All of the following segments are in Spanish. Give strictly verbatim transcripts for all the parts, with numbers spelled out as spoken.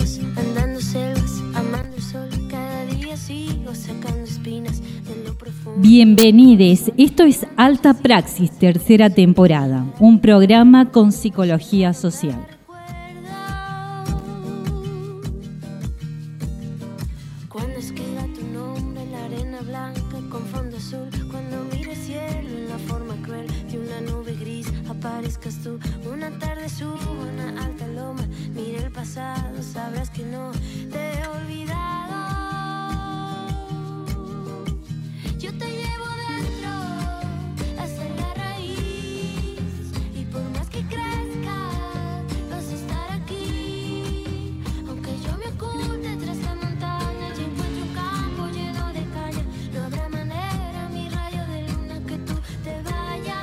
caminos, andando selvas, amando el sol. Cada día sigo sacando espinas de lo profundo. Bienvenides, esto es Alta Praxis, tercera temporada, un programa con psicología social. Cuando escriba tu nombre en la arena blanca con fondo azul, cuando mire el cielo en la forma cruel de una nube gris, aparezcas tú. Una tarde subo a una alta loma, mire el pasado, sabrás que no te he olvidado. Yo te llevo dentro hasta la raíz, y por más que crezca vas a estar aquí. Aunque yo me oculte tras la montaña y encuentre un campo lleno de caña, no habrá manera, mi rayo de luna, que tú te vayas.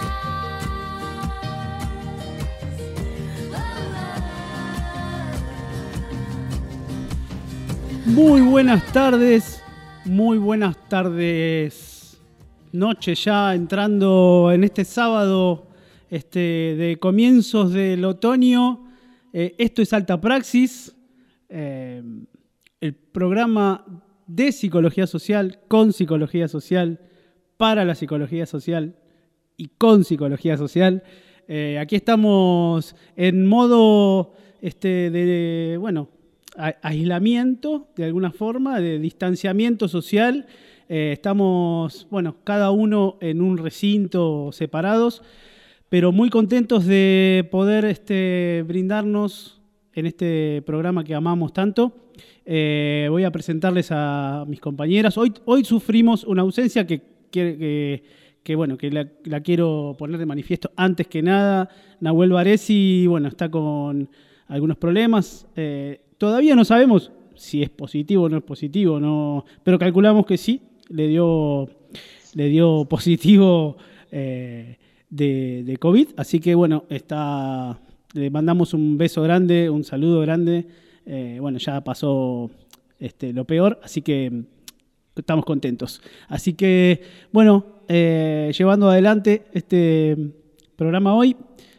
Muy buenas tardes, muy buenas tardes, noche ya entrando en este sábado este, de comienzos del otoño. Eh, esto es Alta Praxis, eh, el programa de psicología social, con psicología social, para la psicología social y con psicología social. Eh, aquí estamos en modo este, de, bueno, aislamiento, de alguna forma, de distanciamiento social. Eh, estamos, bueno, cada uno en un recinto separados, pero muy contentos de poder este, brindarnos en este programa que amamos tanto. Eh, voy a presentarles a mis compañeras. Hoy, hoy sufrimos una ausencia que, que, que, que bueno, que la, la quiero poner de manifiesto antes que nada. Nahuel Varesi, bueno, está con algunos problemas. Eh, Todavía no sabemos si es positivo o no es positivo, no, pero calculamos que sí, le dio, le dio positivo eh, de, de COVID. Así que bueno, está, le mandamos un beso grande, un saludo grande. Eh, bueno, ya pasó este, lo peor, así que estamos contentos. Así que bueno, eh, llevando adelante este programa hoy,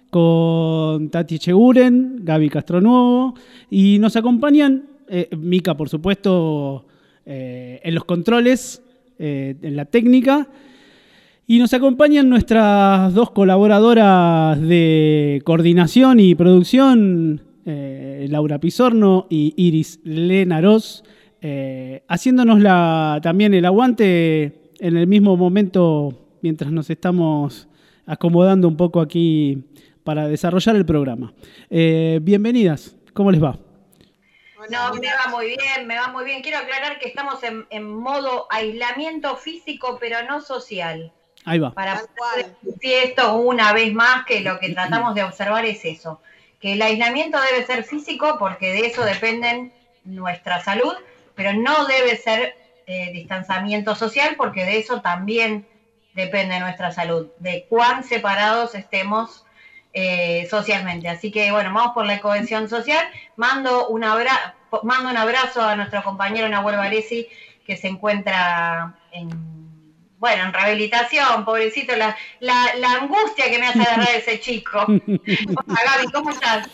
con Tati Echeguren, Gaby Castronuevo, y nos acompañan, eh, Mica, por supuesto, eh, en los controles, eh, en la técnica, y nos acompañan nuestras dos colaboradoras de coordinación y producción, eh, Laura Pizorno y Iris Lenaros, eh, haciéndonos la, también el aguante en el mismo momento mientras nos estamos acomodando un poco aquí para desarrollar el programa. Eh, bienvenidas, ¿cómo les va? No, me va muy bien, me va muy bien. Quiero aclarar que estamos en, en modo aislamiento físico, pero no social. Ahí va. Para poder decir esto una vez más, que lo que tratamos de observar es eso, que el aislamiento debe ser físico porque de eso depende nuestra salud, pero no debe ser eh, distanciamiento social porque de eso también depende nuestra salud, de cuán separados estemos Eh, socialmente. Así que bueno, vamos por la cohesión social. Mando un, abra mando un abrazo a nuestro compañero Nahuel Varesi, que se encuentra en, bueno, en rehabilitación, pobrecito, la, la, la angustia que me hace agarrar ese chico. Hola Gaby, ¿cómo estás?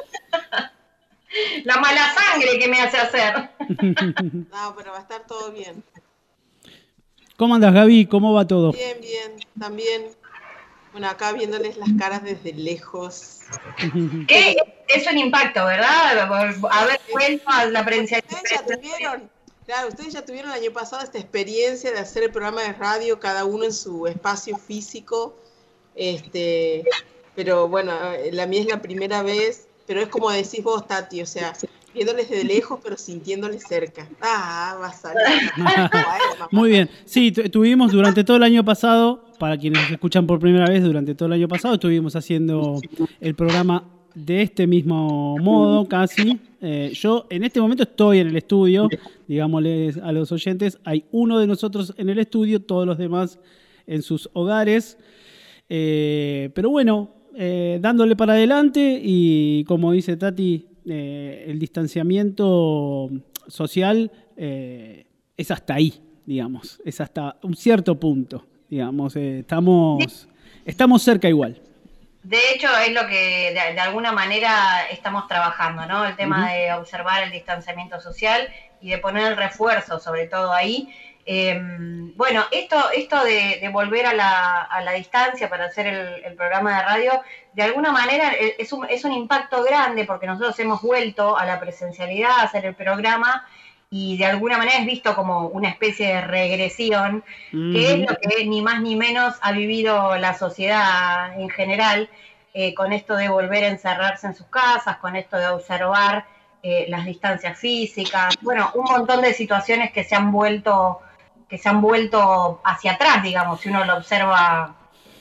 La mala sangre que me hace hacer. No, pero va a estar todo bien. ¿Cómo andas, Gaby? ¿Cómo va todo? Bien, bien, también. Bueno, acá viéndoles las caras desde lejos. ¿Qué? Es un impacto, ¿verdad? Haber vuelto a la presencialidad. Ustedes ya tuvieron, claro, ustedes ya tuvieron el año pasado esta experiencia de hacer el programa de radio, cada uno en su espacio físico. Este, pero bueno, la mía es la primera vez, pero es como decís vos, Tati, o sea, viéndoles de lejos, pero sintiéndoles cerca. Ah, va a salir. Muy bien. Sí, tuvimos durante todo el año pasado, para quienes nos escuchan por primera vez, durante todo el año pasado estuvimos haciendo el programa de este mismo modo, casi. Eh, yo en este momento estoy en el estudio, digámosles a los oyentes, hay uno de nosotros en el estudio, todos los demás en sus hogares. Eh, pero bueno, eh, dándole para adelante y como dice Tati, eh, el distanciamiento social eh, es hasta ahí, digamos, es hasta un cierto punto, digamos, eh, estamos, estamos cerca igual. De hecho, es lo que de, de alguna manera estamos trabajando, ¿no? El tema uh-huh. de observar el distanciamiento social y de poner el refuerzo, sobre todo ahí. Eh, bueno, esto, esto de, de volver a la, a la distancia para hacer el, el programa de radio, de alguna manera es un, es un impacto grande porque nosotros hemos vuelto a la presencialidad a hacer el programa y de alguna manera es visto como una especie de regresión, mm. que es lo que ni más ni menos ha vivido la sociedad en general, eh, con esto de volver a encerrarse en sus casas, con esto de observar eh, las distancias físicas, bueno, un montón de situaciones que se han vuelto, que se han vuelto hacia atrás, digamos, si uno lo observa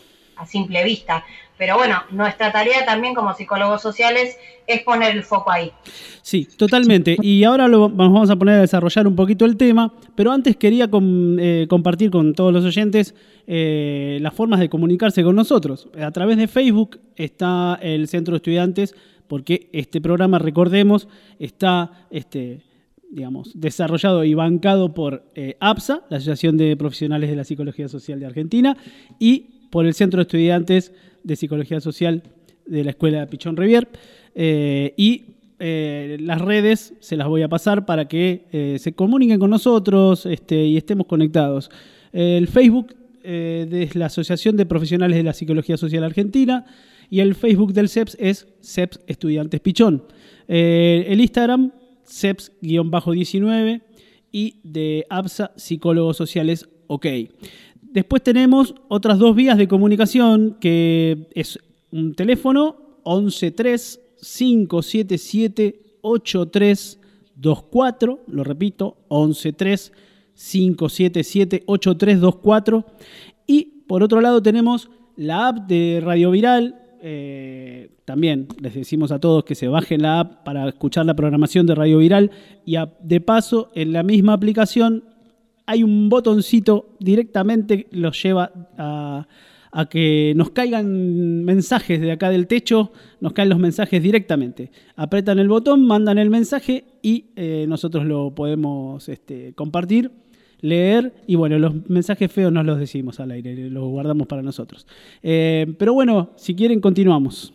a simple vista. Pero bueno, nuestra tarea también como psicólogos sociales es poner el foco ahí. Sí, totalmente. Y ahora lo, nos vamos a poner a desarrollar un poquito el tema, pero antes quería com, eh, compartir con todos los oyentes eh, las formas de comunicarse con nosotros. A través de Facebook está el Centro de Estudiantes, porque este programa, recordemos, está este, digamos, desarrollado y bancado por eh, APSA, la Asociación de Profesionales de la Psicología Social de Argentina, y por el Centro de Estudiantes de Psicología Social de la Escuela Pichón Rivière, eh, y eh, las redes se las voy a pasar para que eh, se comuniquen con nosotros este, y estemos conectados. Eh, el Facebook eh, de la Asociación de Profesionales de la Psicología Social Argentina y el Facebook del C E P S es C E P S Estudiantes Pichón. Eh, el Instagram, C E P S diecinueve y de APSA Psicólogos Sociales OK. Después tenemos otras dos vías de comunicación, que es un teléfono once tres cinco siete siete ocho tres dos cuatro, lo repito, once tres cinco siete siete ocho tres dos cuatro, y por otro lado tenemos la app de Radio Viral. Eh, también les decimos a todos que se bajen la app para escuchar la programación de Radio Viral, y a, de paso en la misma aplicación hay un botoncito directamente que los lleva a, a que nos caigan mensajes de acá del techo, nos caen los mensajes directamente. Apretan el botón, mandan el mensaje y eh, nosotros lo podemos este, compartir, leer, y bueno, los mensajes feos no los decimos al aire, los guardamos para nosotros. Eh, pero bueno, si quieren continuamos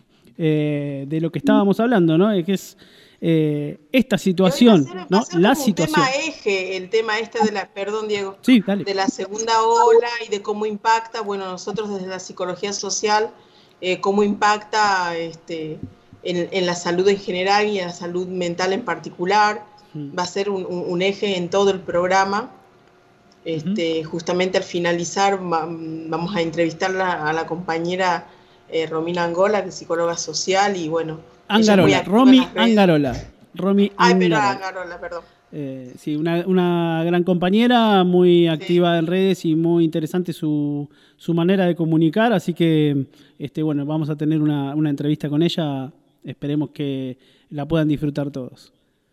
eh, de lo que estábamos hablando, ¿no? Que es Eh, esta situación, hacer, ¿no? La situación. Un tema eje, el tema este de la, perdón Diego, sí, dale. de la segunda ola y de cómo impacta, bueno, nosotros desde la psicología social, eh, cómo impacta este, en, en la salud en general y en la salud mental en particular, mm. va a ser un, un, un eje en todo el programa. Este, mm. Justamente al finalizar va, vamos a entrevistar a la compañera eh, Romina Angola, que es psicóloga social, y bueno, Angarola, Romy Angarola. Romy Ay, pero Angarola, perdón. Eh, sí, una, una gran compañera, muy activa sí. en redes y muy interesante su, su manera de comunicar, así que este, bueno, vamos a tener una, una entrevista con ella, esperemos que la puedan disfrutar todos.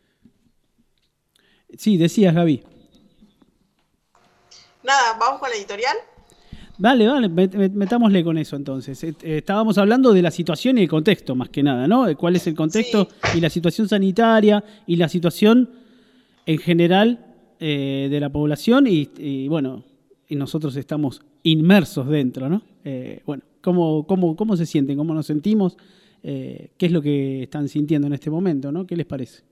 Sí, decías, Gaby. Nada, ¿vamos con la editorial? Vale, vale, metámosle con eso entonces. Estábamos hablando de la situación y el contexto, más que nada, ¿no? ¿Cuál es el contexto sí. y la situación sanitaria y la situación en general eh, de la población? Y, y bueno, y nosotros estamos inmersos dentro, ¿no? Eh, bueno, ¿cómo, cómo, ¿cómo se sienten? ¿Cómo nos sentimos? Eh, ¿Qué es lo que están sintiendo en este momento, ¿no? ¿Qué les parece?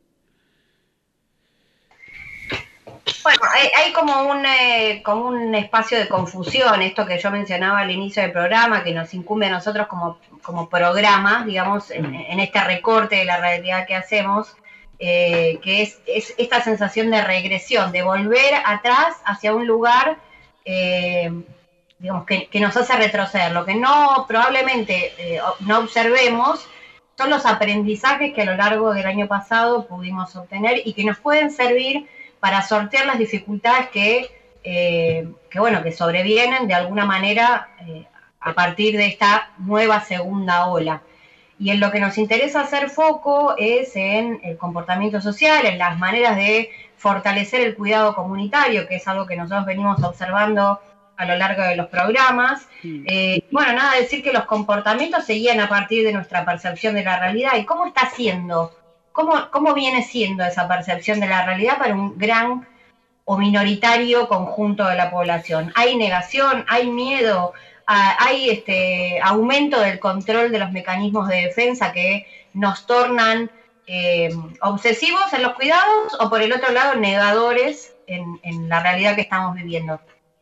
Bueno, hay, hay como, un, eh, como un espacio de confusión, esto que yo mencionaba al inicio del programa, que nos incumbe a nosotros como, como programa, digamos, en, en este recorte de la realidad que hacemos, eh, que es, es esta sensación de regresión, de volver atrás hacia un lugar eh, digamos, que, que nos hace retroceder. Lo que no probablemente eh, no observemos son los aprendizajes que a lo largo del año pasado pudimos obtener y que nos pueden servir para sortear las dificultades que, eh, que, bueno, que sobrevienen de alguna manera eh, a partir de esta nueva segunda ola. Y en lo que nos interesa hacer foco es en el comportamiento social, en las maneras de fortalecer el cuidado comunitario, que es algo que nosotros venimos observando a lo largo de los programas. Eh, bueno, nada, decir que los comportamientos se guían a partir de nuestra percepción de la realidad. ¿Y cómo está siendo? ¿Cómo, cómo viene siendo esa percepción de la realidad para un gran o minoritario conjunto de la población? ¿Hay negación? ¿Hay miedo? a, hay este aumento del control de los mecanismos de defensa que nos tornan eh, obsesivos en los cuidados o por el otro lado negadores en, en la realidad que estamos viviendo.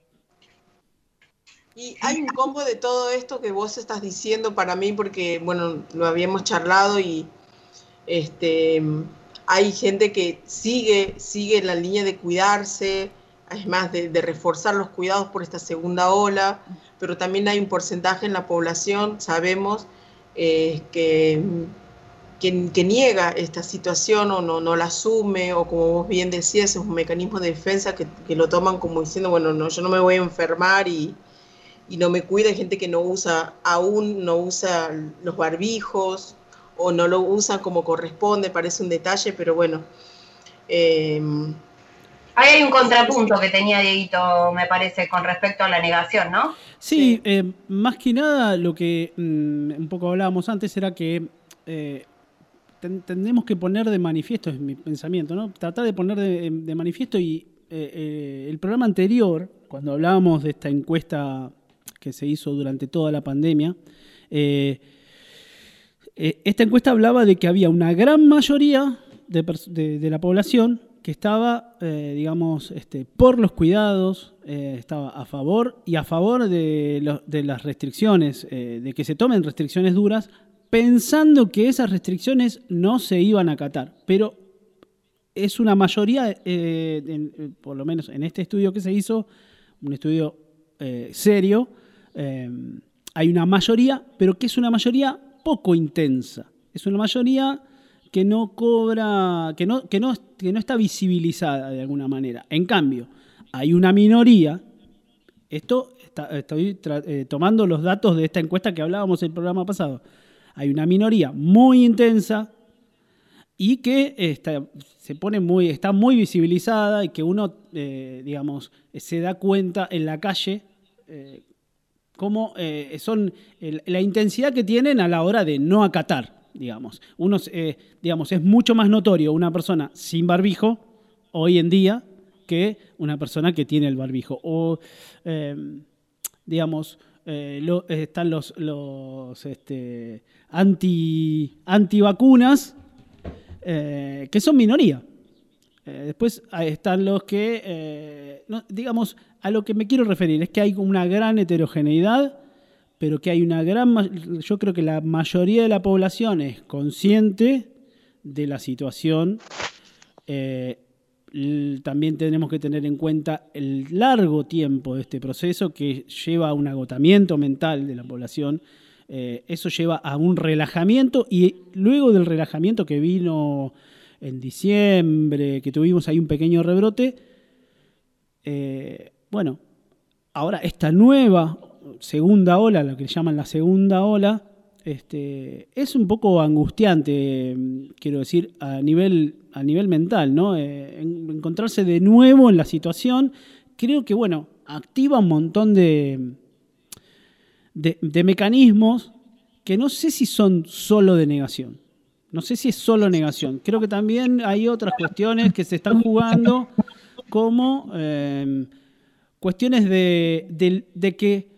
Y hay un combo de todo esto que vos estás diciendo para mí, porque, bueno, lo habíamos charlado y este, hay gente que sigue, sigue la línea de cuidarse, además de, de reforzar los cuidados por esta segunda ola, pero también hay un porcentaje en la población, sabemos, eh, que, que, que niega esta situación o no, no la asume, o como vos bien decías, es un mecanismo de defensa que, que lo toman como diciendo, bueno, no, yo no me voy a enfermar y... y no me cuida. Hay gente que no usa, aún no usa los barbijos, o no lo usa como corresponde, parece un detalle, pero bueno. Eh, Ahí hay un contrapunto que tenía Dieguito, me parece, con respecto a la negación, ¿no? Sí, Sí. Eh, más que nada lo que mmm, un poco hablábamos antes era que eh, ten, tendremos que poner de manifiesto, es mi pensamiento, ¿no? Tratar de poner de, de manifiesto y eh, eh, el programa anterior, cuando hablábamos de esta encuesta que se hizo durante toda la pandemia, eh, eh, esta encuesta hablaba de que había una gran mayoría de, de, de la población que estaba, eh, digamos, este, por los cuidados, eh, estaba a favor y a favor de, lo, de las restricciones, eh, de que se tomen restricciones duras, pensando que esas restricciones no se iban a acatar. Pero es una mayoría, eh, en, por lo menos en este estudio que se hizo, un estudio eh, serio, Eh, hay una mayoría, pero que es una mayoría poco intensa. Es una mayoría que no cobra, que no, que no, que no está visibilizada de alguna manera. En cambio, hay una minoría. Esto está, estoy tra- eh, tomando los datos de esta encuesta que hablábamos en el programa pasado. Hay una minoría muy intensa y que está, se pone muy, está muy visibilizada y que uno, eh, digamos, se da cuenta en la calle. Eh, cómo eh, son el, la intensidad que tienen a la hora de no acatar, digamos. Uno, eh, digamos, es mucho más notorio una persona sin barbijo hoy en día que una persona que tiene el barbijo. O, eh, digamos, eh, lo, eh, están los, los este, anti, antivacunas, eh, que son minoría. Eh, después están los que, eh, no, digamos, a lo que me quiero referir es que hay una gran heterogeneidad, pero que hay una gran, yo creo que la mayoría de la población es consciente de la situación. Eh, también tenemos que tener en cuenta el largo tiempo de este proceso que lleva a un agotamiento mental de la población. Eh, eso lleva a un relajamiento y luego del relajamiento que vino en diciembre, que tuvimos ahí un pequeño rebrote, eh, bueno, ahora esta nueva segunda ola, la que llaman la segunda ola, este, es un poco angustiante, quiero decir, a nivel, a nivel mental, ¿no? Eh, encontrarse de nuevo en la situación, creo que, bueno, activa un montón de, de, de mecanismos que no sé si son solo de negación. No sé si es solo negación. Creo que también hay otras cuestiones que se están jugando, como eh, cuestiones de, de, de que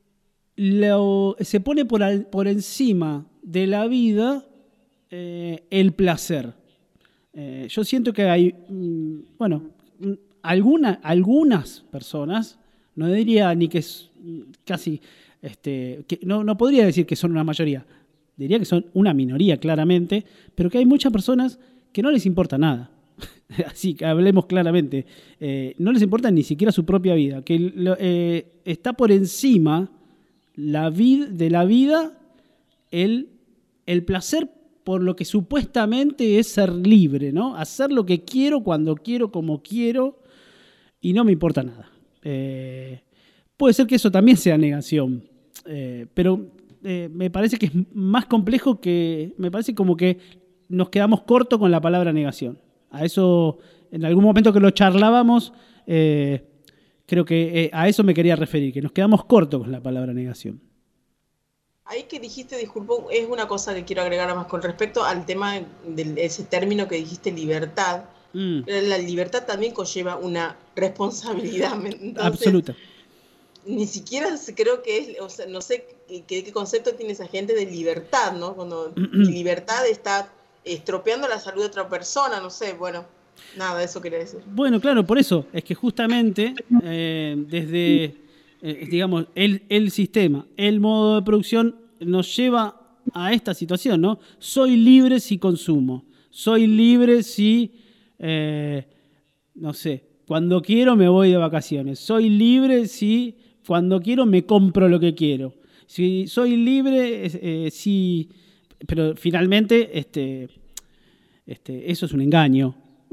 lo, se pone por, al, por encima de la vida eh, el placer. Eh, yo siento que hay, bueno, alguna, algunas personas, no diría ni que es casi, este, que no, no podría decir que son una mayoría, diría que son una minoría claramente, pero que hay muchas personas que no les importa nada. Así que hablemos claramente. Eh, no les importa ni siquiera su propia vida, que eh, está por encima la vid- de la vida el, el placer por lo que supuestamente es ser libre, ¿no? Hacer lo que quiero, cuando quiero, como quiero, y no me importa nada. Eh, puede ser que eso también sea negación, eh, pero... Eh, me parece que es más complejo, que me parece como que nos quedamos cortos con la palabra negación. A eso, en algún momento que lo charlábamos, eh, creo que eh, a eso me quería referir, que nos quedamos cortos con la palabra negación. Ahí que dijiste, disculpo, es una cosa que quiero agregar más con respecto al tema de ese término que dijiste, libertad. Mm. La libertad también conlleva una responsabilidad. Entonces, absoluta. ni siquiera creo que es, o sea, no sé qué, qué concepto tiene esa gente de libertad, ¿no? Cuando mi libertad está estropeando la salud de otra persona, no sé, bueno, nada, eso quería decir. Bueno, claro, por eso, es que justamente eh, desde, eh, digamos, el, el sistema, el modo de producción nos lleva a esta situación, ¿no? Soy libre si consumo, soy libre si, eh, no sé, cuando quiero me voy de vacaciones, soy libre si cuando quiero me compro lo que quiero, si soy libre eh, si, pero finalmente este, este, eso es un engaño.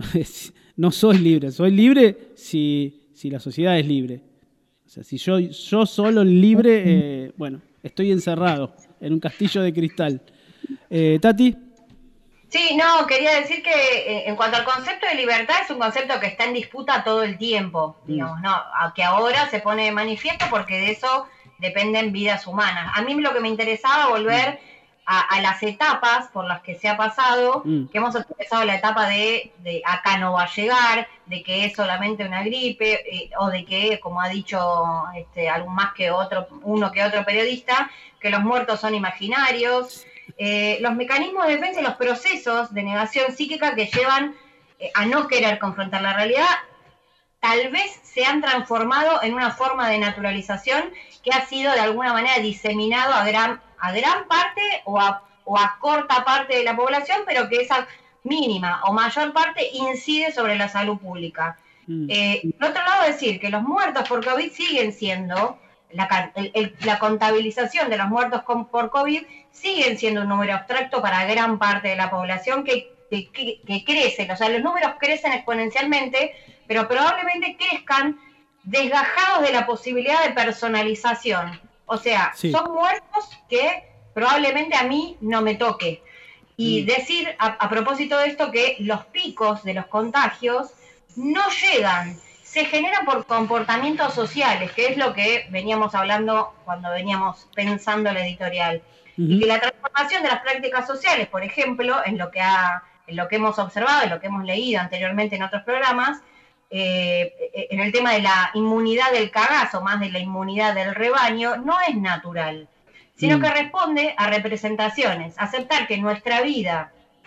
No soy libre, soy libre si, si la sociedad es libre. O sea, si yo, yo solo libre, eh, bueno, estoy encerrado en un castillo de cristal. Eh, Tati. Sí, no, quería decir que eh, en cuanto al concepto de libertad, es un concepto que está en disputa todo el tiempo, digamos, ¿no? A que ahora se pone de manifiesto porque de eso dependen vidas humanas. A mí lo que me interesaba volver a, a las etapas por las que se ha pasado, mm. que hemos empezado la etapa de, de acá no va a llegar, de que es solamente una gripe, eh, o de que, como ha dicho este, algún más que otro, uno que otro periodista, que los muertos son imaginarios. Eh, los mecanismos de defensa y los procesos de negación psíquica que llevan eh, a no querer confrontar la realidad, tal vez se han transformado en una forma de naturalización que ha sido de alguna manera diseminado a gran, a gran parte o a, o a corta parte de la población, pero que esa mínima o mayor parte incide sobre la salud pública. Mm. Eh, por otro lado, decir que los muertos por COVID siguen siendo, la, el, el, la contabilización de los muertos con, por COVID siguen siendo un número abstracto para gran parte de la población que, que, que crecen, o sea, los números crecen exponencialmente, pero probablemente crezcan desgajados de la posibilidad de personalización. O sea, sí. Son muertos que probablemente a mí no me toque. Y mm. decir, a, a propósito de esto, que los picos de los contagios no llegan, se generan por comportamientos sociales, que es lo que veníamos hablando cuando veníamos pensando la editorial. Uh-huh. Y que la transformación de las prácticas sociales, por ejemplo, en lo que ha, en lo que hemos observado, en lo que hemos leído anteriormente en otros programas, eh, en el tema de la inmunidad del cagazo, más de la inmunidad del rebaño, no es natural, sino mm. que responde a representaciones. Aceptar que nuestra vida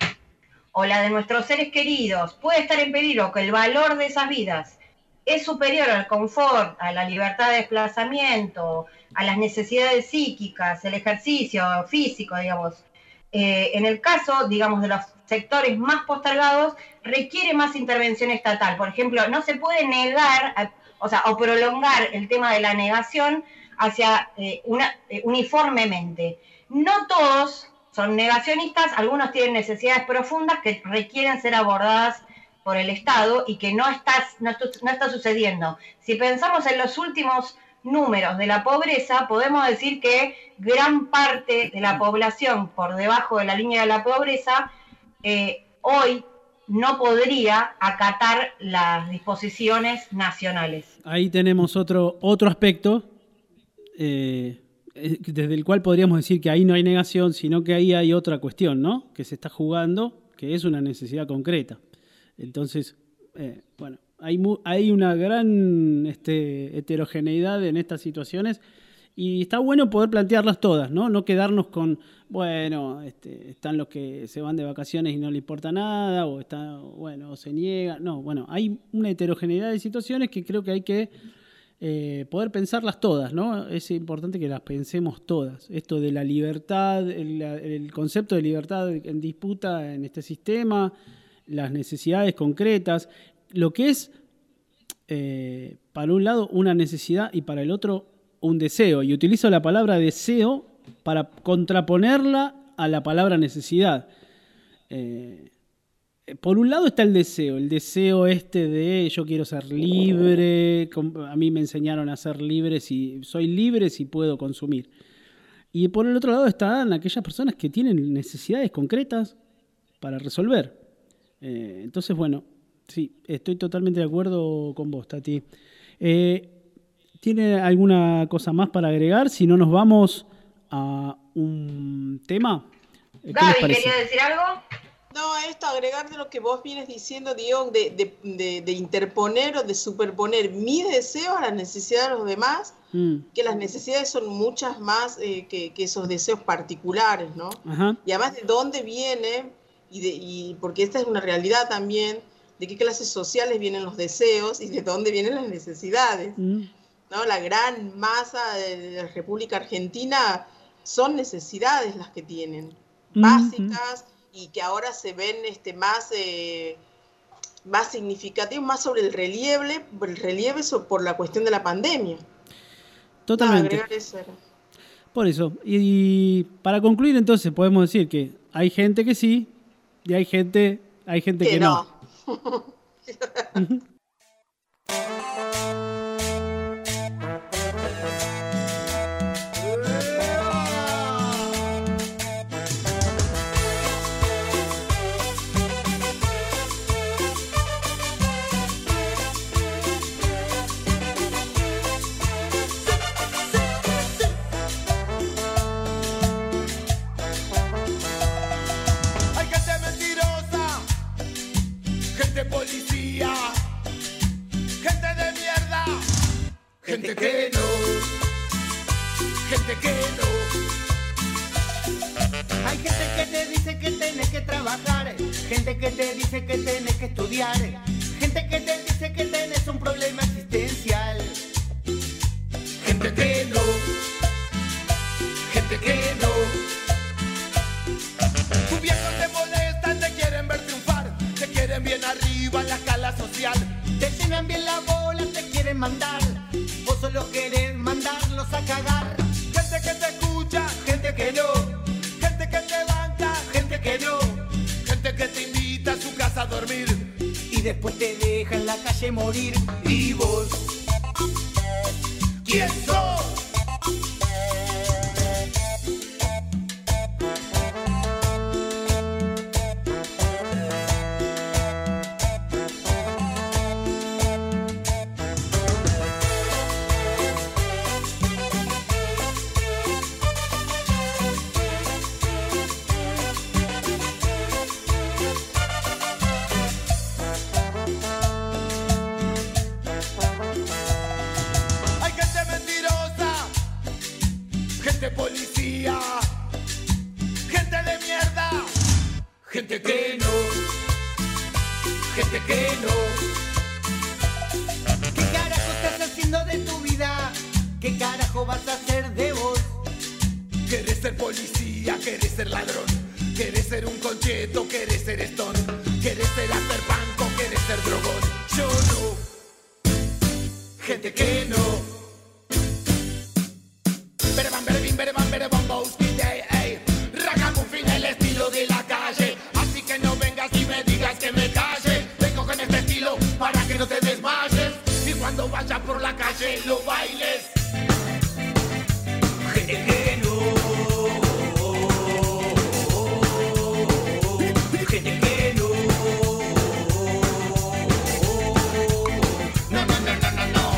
o la de nuestros seres queridos puede estar en peligro, que el valor de esas vidas es superior al confort, a la libertad de desplazamiento, a las necesidades psíquicas, el ejercicio físico, digamos. Eh, en el caso, digamos, de los sectores más postergados, requiere más intervención estatal. Por ejemplo, no se puede negar, a, o sea, o prolongar el tema de la negación hacia eh, una, eh, uniformemente. No todos son negacionistas, algunos tienen necesidades profundas que requieren ser abordadas por el Estado y que no está, no, no está sucediendo. Si pensamos en los últimos números de la pobreza, podemos decir que gran parte de la población por debajo de la línea de la pobreza eh, hoy no podría acatar las disposiciones nacionales. Ahí tenemos otro, otro aspecto eh, desde el cual podríamos decir que ahí no hay negación, sino que ahí hay otra cuestión, ¿no? Que se está jugando, que es una necesidad concreta. Entonces, eh, bueno, hay, mu- hay una gran este, heterogeneidad en estas situaciones y está bueno poder plantearlas todas, ¿no? No quedarnos con, bueno, este, están los que se van de vacaciones y no le importa nada, o está, bueno, o se niega. No, bueno, hay una heterogeneidad de situaciones que creo que hay que eh, poder pensarlas todas, ¿no? Es importante que las pensemos todas. Esto de la libertad, el, el concepto de libertad en disputa en este sistema, las necesidades concretas, lo que es, eh, para un lado, una necesidad y para el otro, un deseo. Y utilizo la palabra deseo para contraponerla a la palabra necesidad. Eh, por un lado está el deseo, el deseo este de yo quiero ser libre, a mí me enseñaron a ser libre, si soy libre si puedo consumir. Y por el otro lado están aquellas personas que tienen necesidades concretas para resolver. Eh, entonces, bueno, sí, estoy totalmente de acuerdo con vos, Tati. Eh, ¿Tiene alguna cosa más para agregar? Si no, nos vamos a un tema. Gaby, ¿quería decir algo? No, a esto agregar de lo que vos vienes diciendo, Diego, de, de, de, de interponer o de superponer mi deseo a las necesidades de los demás, mm. que las necesidades son muchas más eh, que, que esos deseos particulares, ¿no? Ajá. Y además de dónde viene, y, de, y porque esta es una realidad también, de qué clases sociales vienen los deseos y de dónde vienen las necesidades. Mm. ¿No? La gran masa de la República Argentina son necesidades las que tienen, mm. básicas, y que ahora se ven este, más, eh, más significativos, más sobre el relieve, el relieve por la cuestión de la pandemia. Totalmente. Agregar eso era. Por eso. Y, y para concluir, entonces, podemos decir que hay gente que sí y hay gente, hay gente que, que no. no. Gente que no, gente que no. Hay gente que te dice que tenés que trabajar, gente que te dice que tenés que estudiar, gente que te dice que tenés un problema existencial. Gente que no, gente que no. Tus viejos te molestan, te quieren ver triunfar, te quieren bien arriba en la escala social, te llenan bien la bola, te quieren mandar. Vos solo querés mandarlos a cagar. Gente que te escucha, gente que no. Gente que te banca, gente que no. Gente que te invita a su casa a dormir y después te deja en la calle morir. ¿Y vos? ¿Quién sos? Policía, gente de mierda, gente que no, gente que no. ¿Qué carajo estás haciendo de tu vida? ¿Qué carajo vas a hacer de vos? ¿Querés ser policía? ¿Querés ser ladrón? ¿Querés ser un concheto? ¿Querés ser stone? ¿Querés ser hacer banco? ¿Querés ser drogón? Yo no, gente que no. El estilo de la calle, así que no vengas y me digas que me calle. Vengo con este estilo para que no te desmayes y cuando vayas por la calle lo bailes. Gente que no, gente que no, no, no, no, no, no, no.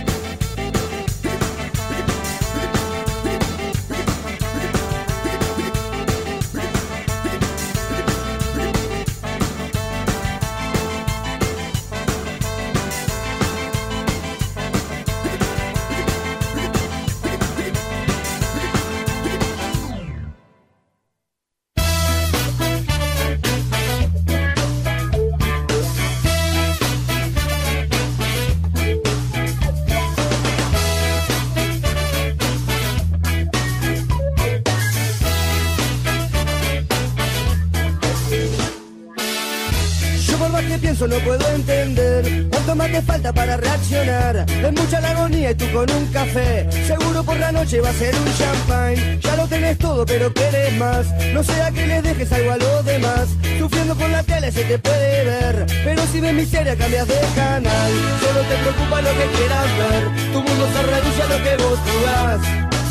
No puedo entender cuánto más te falta para reaccionar. Es mucha la agonía y tú con un café. Seguro por la noche va a ser un champagne. Ya lo tenés todo pero querés más. No sea que le dejes algo a los demás. Sufriendo con la tele se te puede ver, pero si ves miseria cambias de canal. Solo te preocupa lo que quieras ver. Tu mundo se reduce a lo que vos jugás.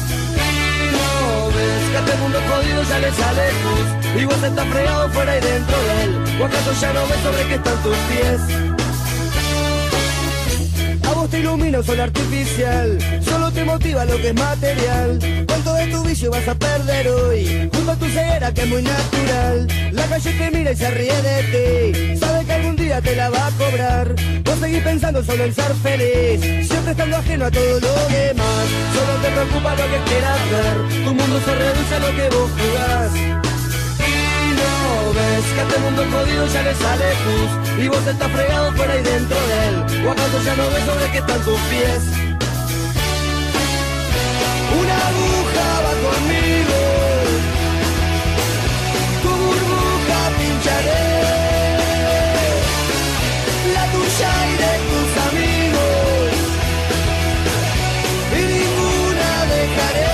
Que a este mundo jodido ya le sale luz y vos estás fregado fuera y dentro de él. ¿O acaso ya no ves sobre qué están tus pies? A vos te te ilumina un sol artificial, solo te motiva lo que es material. ¿Cuánto de tu vicio vas a perder hoy? Junto a tu ceguera que es muy natural. La calle te mira y se ríe de ti, sabe que algún día te la va a cobrar. Vos seguís pensando solo en ser feliz, siempre estando ajeno a todo lo demás. Solo te preocupa lo que quieras ver, tu mundo se reduce a lo que vos jugás. Y no ves que a este mundo jodido ya le sale pus, y vos estás fregado fuera y dentro de él. ¿O acaso ya no ves sobre qué están tus pies? Una aguja va conmigo, tu burbuja pincharé, la tuya y de tus amigos, y ninguna dejaré.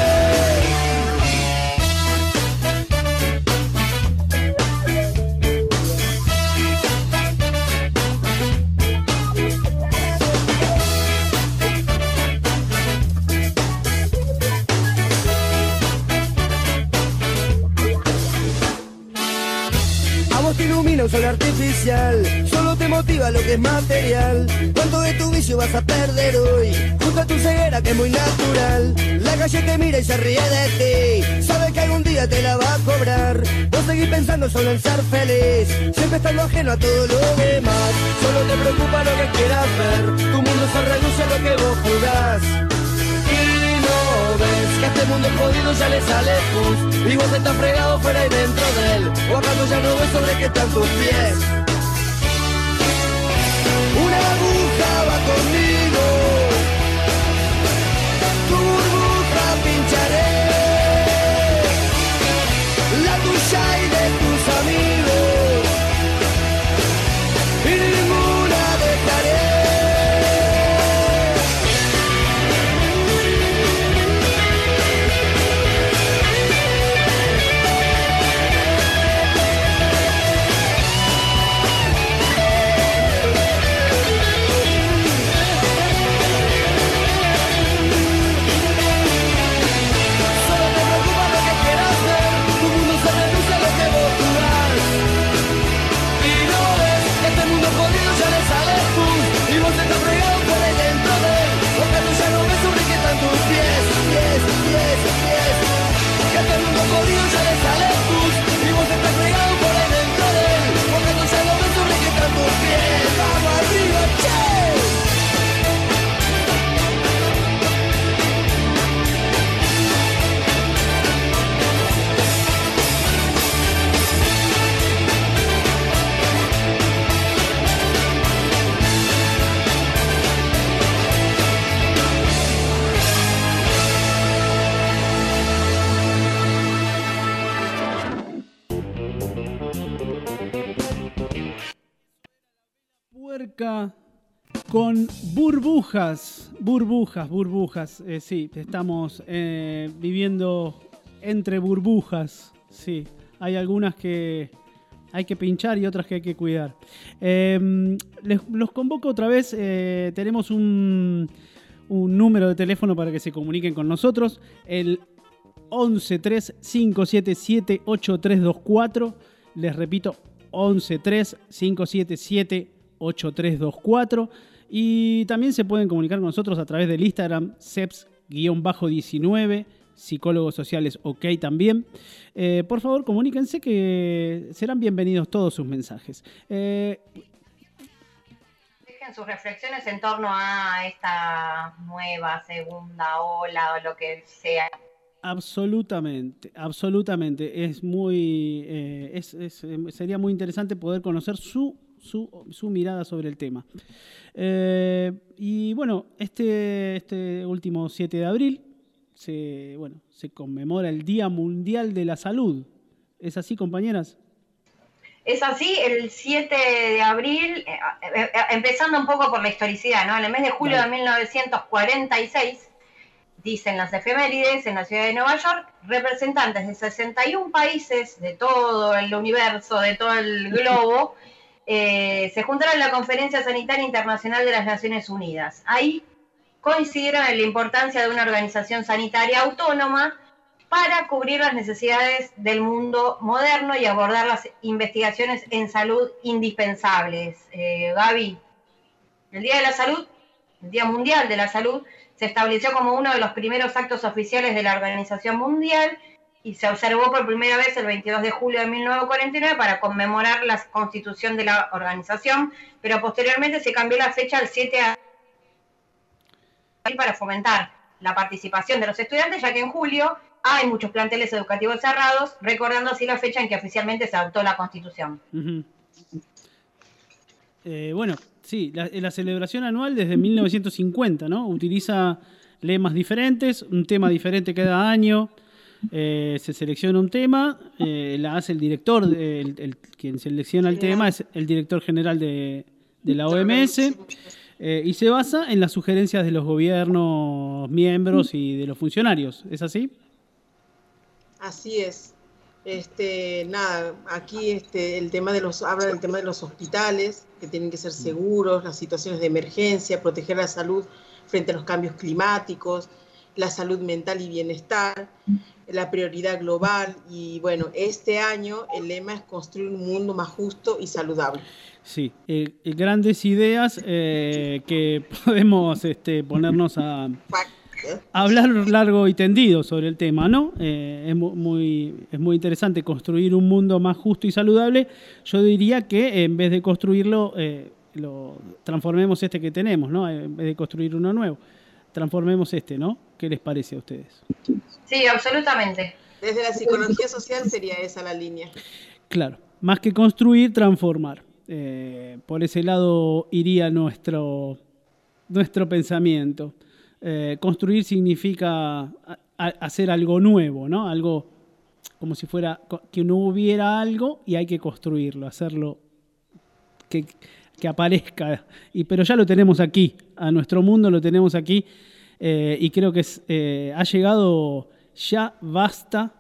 Te ilumina un sol artificial, solo te motiva lo que es material. ¿Cuánto de tu vicio vas a perder hoy? Junto a tu ceguera que es muy natural. La calle te mira y se ríe de ti, sabe que algún día te la va a cobrar. Vos seguís pensando solo en ser feliz, siempre estando ajeno a todo lo demás. Solo te preocupa lo que quieras ver, tu mundo se reduce a lo que vos jugás. No ves que a este mundo jodido ya le sale pus, y vos estás fregado fuera y dentro de él. ¿O acaso ya no ves sobre qué están tus pies? Una aguja va conmigo, tu burbuja pincharé, la tuya y de tus amigos, y ninguna dejaré. Con burbujas, burbujas, burbujas. Eh, sí, estamos eh, viviendo entre burbujas. Sí, hay algunas que hay que pinchar y otras que hay que cuidar. Eh, les, los convoco otra vez. Eh, tenemos un, un número de teléfono para que se comuniquen con nosotros. El once tres cinco siete siete ocho tres dos cuatro. Les repito, once tres cinco siete siete ocho tres dos cuatro. Y también se pueden comunicar con nosotros a través del Instagram seps diecinueve, psicólogos sociales ok también. Eh, por favor, comuníquense que serán bienvenidos todos sus mensajes. Eh, Dejen sus reflexiones en torno a esta nueva segunda ola o lo que sea. Absolutamente, absolutamente. Es muy, eh, es, es, sería muy interesante poder conocer su Su, su mirada sobre el tema. Eh, y bueno, este, este último siete de abril se, bueno, se conmemora el Día Mundial de la Salud. ¿Es así, compañeras? Es así, el siete de abril, eh, eh, empezando un poco por la historicidad, ¿no? En el mes de julio Dale. de mil novecientos cuarenta y seis, dicen las efemérides, en la ciudad de Nueva York, representantes de sesenta y un países de todo el universo, de todo el globo, Eh, se juntaron en la Conferencia Sanitaria Internacional de las Naciones Unidas. Ahí coincidieron en la importancia de una organización sanitaria autónoma para cubrir las necesidades del mundo moderno y abordar las investigaciones en salud indispensables. Eh, Gaby, el Día de la Salud el Día Mundial de la Salud, se estableció como uno de los primeros actos oficiales de la Organización Mundial y se observó por primera vez el veintidós de julio de mil novecientos cuarenta y nueve para conmemorar la constitución de la organización, pero posteriormente se cambió la fecha al siete de abril para fomentar la participación de los estudiantes, ya que en julio hay muchos planteles educativos cerrados, recordando así la fecha en que oficialmente se adoptó la Constitución. Uh-huh. Eh, bueno, sí, la, la celebración anual desde mil novecientos cincuenta, ¿no? Utiliza lemas diferentes, un tema diferente cada año, eh, se selecciona un tema, eh, la hace el director, el, el, quien selecciona el tema es el director general de, de la O M S, eh, y se basa en las sugerencias de los gobiernos, miembros y de los funcionarios, ¿es así? Así es. Este, nada, aquí este, el tema de los, habla del tema de los hospitales, que tienen que ser seguros, las situaciones de emergencia, proteger la salud frente a los cambios climáticos, la salud mental y bienestar, la prioridad global, y bueno, este año el lema es construir un mundo más justo y saludable. Sí, eh, grandes ideas eh, que podemos este, ponernos a... hablar largo y tendido sobre el tema, ¿no? Eh, es muy, es muy interesante construir un mundo más justo y saludable. Yo diría que en vez de construirlo, eh, lo transformemos este que tenemos, ¿no? En vez de construir uno nuevo, transformemos este, ¿no? ¿Qué les parece a ustedes? Sí, absolutamente. Desde la psicología social sería esa la línea. Claro, más que construir, transformar. Eh, por ese lado iría nuestro, nuestro pensamiento. Eh, construir significa a, a hacer algo nuevo, ¿no? Algo como si fuera que no hubiera algo y hay que construirlo, hacerlo que, que aparezca. Y, pero ya lo tenemos aquí, a nuestro mundo lo tenemos aquí, eh, y creo que es, eh, ha llegado, ya basta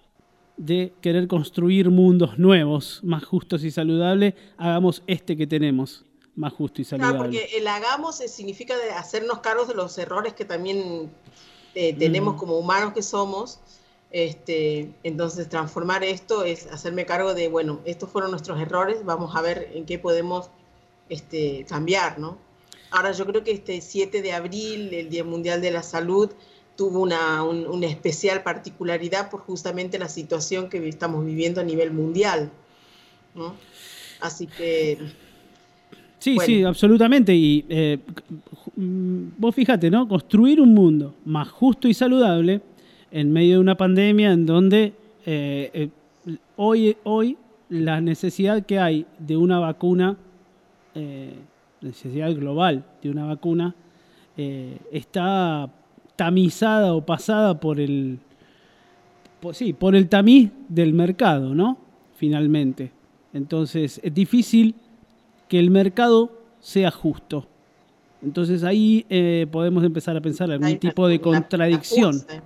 de querer construir mundos nuevos, más justos y saludables. Hagamos este que tenemos más justo y saludable. Claro, porque el hagamos significa de hacernos cargos de los errores que también eh, tenemos mm. como humanos que somos. Este, entonces transformar esto es hacerme cargo de, bueno, estos fueron nuestros errores, vamos a ver en qué podemos este, cambiar, ¿no? Ahora yo creo que este siete de abril, el Día Mundial de la Salud, tuvo una, un, una especial particularidad por justamente la situación que estamos viviendo a nivel mundial, ¿no? Así que... Sí, bueno. sí, absolutamente. Y eh, vos fíjate, ¿no? Construir un mundo más justo y saludable en medio de una pandemia en donde eh, eh, hoy, hoy la necesidad que hay de una vacuna, eh, necesidad global de una vacuna, eh, está tamizada o pasada por el, por, sí, por el tamiz del mercado, ¿no? Finalmente. Entonces es difícil que el mercado sea justo. Entonces ahí eh, podemos empezar a pensar algún Hay tipo de contradicción. La, la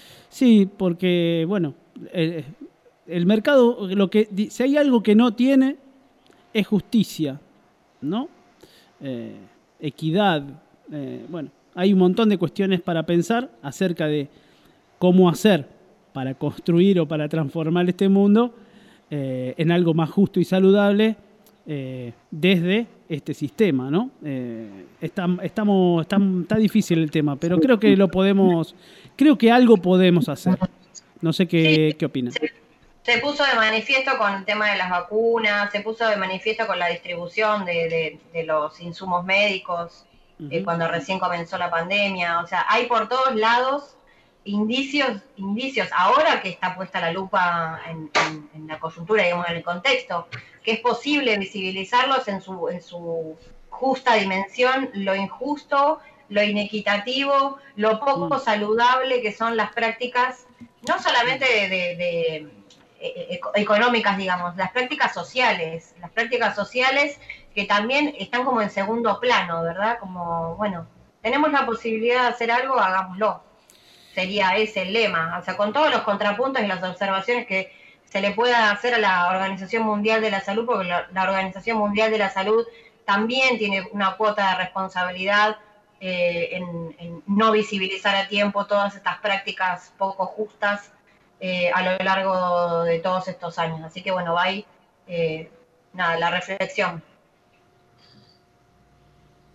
sí, porque, bueno, eh, el mercado, lo que, si hay algo que no tiene, es justicia, ¿no? Eh, equidad, eh, bueno, hay un montón de cuestiones para pensar acerca de cómo hacer para construir o para transformar este mundo eh, en algo más justo y saludable, Eh, desde este sistema, ¿no? Eh, está, estamos, está, está difícil el tema, pero creo que lo podemos, creo que algo podemos hacer. No sé qué, sí, qué opinan. Se, se puso de manifiesto con el tema de las vacunas, se puso de manifiesto con la distribución de, de, de los insumos médicos, uh-huh. eh, cuando recién comenzó la pandemia. O sea, hay por todos lados indicios, indicios, ahora que está puesta la lupa en, en, en la coyuntura, digamos, en el contexto, que es posible visibilizarlos en su, en su justa dimensión, lo injusto, lo inequitativo, lo poco saludable que son las prácticas, no solamente de, de, de eh, económicas, digamos, las prácticas sociales, las prácticas sociales que también están como en segundo plano, ¿verdad? Como, bueno, tenemos la posibilidad de hacer algo, hagámoslo. Sería ese el lema, o sea, con todos los contrapuntos y las observaciones que se le pueda hacer a la Organización Mundial de la Salud, porque la, la Organización Mundial de la Salud también tiene una cuota de responsabilidad eh, en, en no visibilizar a tiempo todas estas prácticas poco justas eh, a lo largo de todos estos años. Así que bueno, va ahí, eh, nada, la reflexión.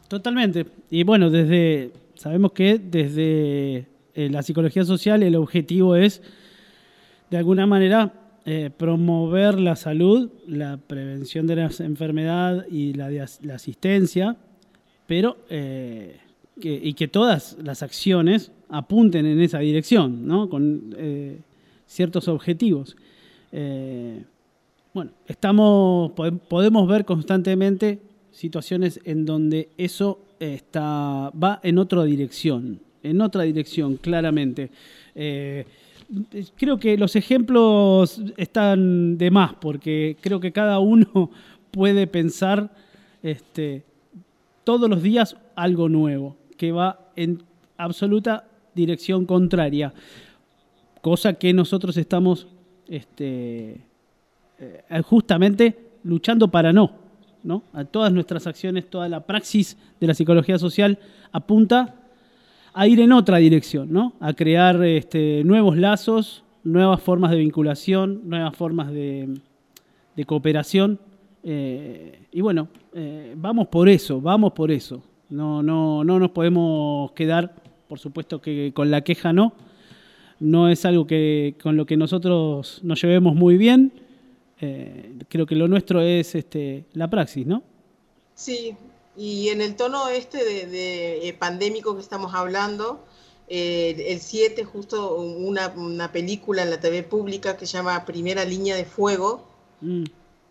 Totalmente. Y bueno, desde sabemos que desde eh, la psicología social el objetivo es, de alguna manera, eh, promover la salud, la prevención de la enfermedad y la, la asistencia, pero eh, que, y que todas las acciones apunten en esa dirección, ¿no? Con eh, ciertos objetivos. Eh, bueno, estamos podemos ver constantemente situaciones en donde eso está va en otra dirección, en otra dirección, claramente. Eh, creo que los ejemplos están de más, porque creo que cada uno puede pensar este, todos los días algo nuevo, que va en absoluta dirección contraria, cosa que nosotros estamos este, eh, justamente luchando para no, ¿no? A todas nuestras acciones, toda la praxis de la psicología social apunta a ir en otra dirección, ¿no? A crear este, nuevos lazos, nuevas formas de vinculación, nuevas formas de, de cooperación. Eh, y bueno, eh, vamos por eso, vamos por eso. No, no, no nos podemos quedar, por supuesto que con la queja no. No es algo que con lo que nosotros nos llevemos muy bien. Eh, creo que lo nuestro es este, la praxis, ¿no? Sí, y en el tono este de, de eh, pandémico que estamos hablando, eh, el siete, justo una, una película en la T V pública que se llama Primera Línea de Fuego, mm.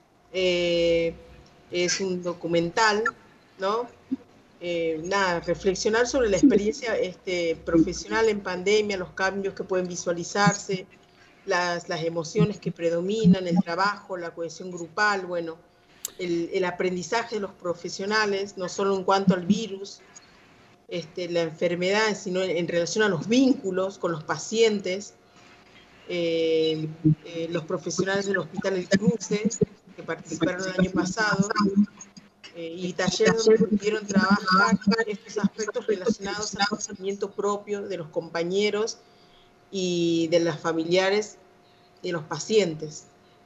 eh, es un documental, ¿no? Eh, nada, reflexionar sobre la experiencia este, profesional en pandemia, los cambios que pueden visualizarse, las, las emociones que predominan, el trabajo, la cohesión grupal, bueno, el, el aprendizaje de los profesionales, no solo en cuanto al virus, este, la enfermedad, sino en, en relación a los vínculos con los pacientes, eh, eh, los profesionales del Hospital El Cruce, que participaron el año pasado, eh, y talleres donde pudieron trabajar estos aspectos relacionados al conocimiento propio de los compañeros y de los familiares y los pacientes.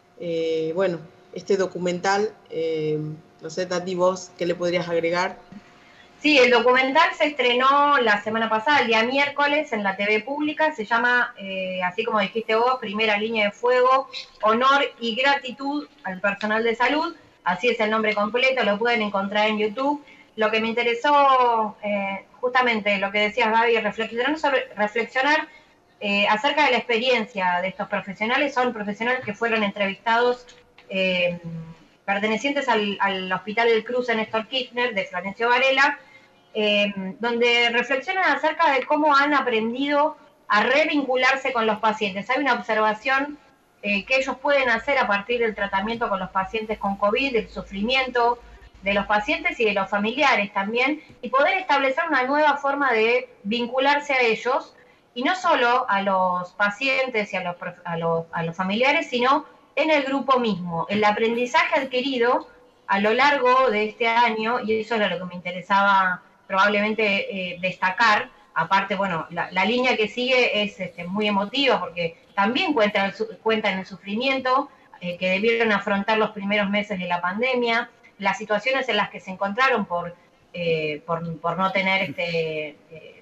Eh, bueno, este documental, eh, no sé, Tati, vos, ¿qué le podrías agregar? Sí, el documental se estrenó la semana pasada, el día miércoles, en la T V pública. Se llama, eh, así como dijiste vos, Primera Línea de Fuego, Honor y Gratitud al Personal de Salud. Así es el nombre completo, lo pueden encontrar en YouTube. Lo que me interesó, eh, justamente lo que decías, Gaby, reflexionar, sobre, reflexionar eh, acerca de la experiencia de estos profesionales. Son profesionales que fueron entrevistados, eh, pertenecientes al, al Hospital del Cruce Néstor Kirchner, de Florencio Varela, eh, donde reflexionan acerca de cómo han aprendido a revincularse con los pacientes. Hay una observación eh, que ellos pueden hacer a partir del tratamiento con los pacientes con COVID, del sufrimiento de los pacientes y de los familiares también, y poder establecer una nueva forma de vincularse a ellos, y no solo a los pacientes y a los, a los, a los familiares, sino en el grupo mismo, el aprendizaje adquirido a lo largo de este año, y eso era lo que me interesaba probablemente eh, destacar. Aparte, bueno, la, la línea que sigue es este, muy emotiva, porque también cuenta el, cuenta en el sufrimiento eh, que debieron afrontar los primeros meses de la pandemia, las situaciones en las que se encontraron por, eh, por, por no tener este... Eh,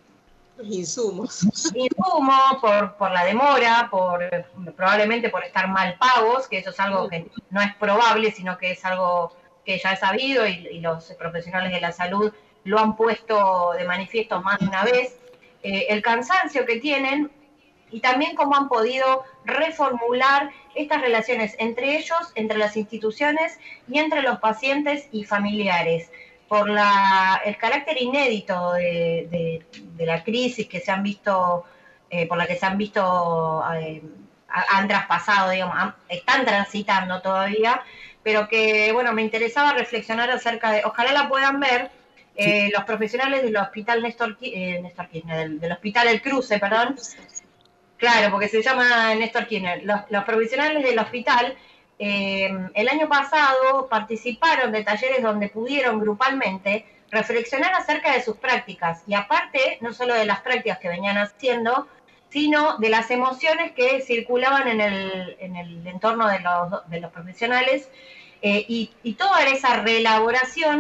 insumos. Insumos, por, por la demora, por probablemente por estar mal pagos, que eso es algo que no es probable, sino que es algo que ya es sabido, y, y los profesionales de la salud lo han puesto de manifiesto más de una vez. Eh, el cansancio que tienen, y también cómo han podido reformular estas relaciones entre ellos, entre las instituciones y entre los pacientes y familiares, por la, el carácter inédito de, de, de la crisis que se han visto, eh, por la que se han visto, eh, han traspasado, digamos, han, están transitando todavía, pero que, bueno, me interesaba reflexionar acerca de, ojalá la puedan ver, eh, sí. Los profesionales del Hospital Néstor, eh, Néstor Kirchner, del, del Hospital El Cruce, perdón, claro, porque se llama Néstor Kirchner, los, los profesionales del hospital, Eh, el año pasado participaron de talleres donde pudieron grupalmente reflexionar acerca de sus prácticas, y aparte, no solo de las prácticas que venían haciendo, sino de las emociones que circulaban en el, en el entorno de los, de los profesionales, eh, y, y toda esa reelaboración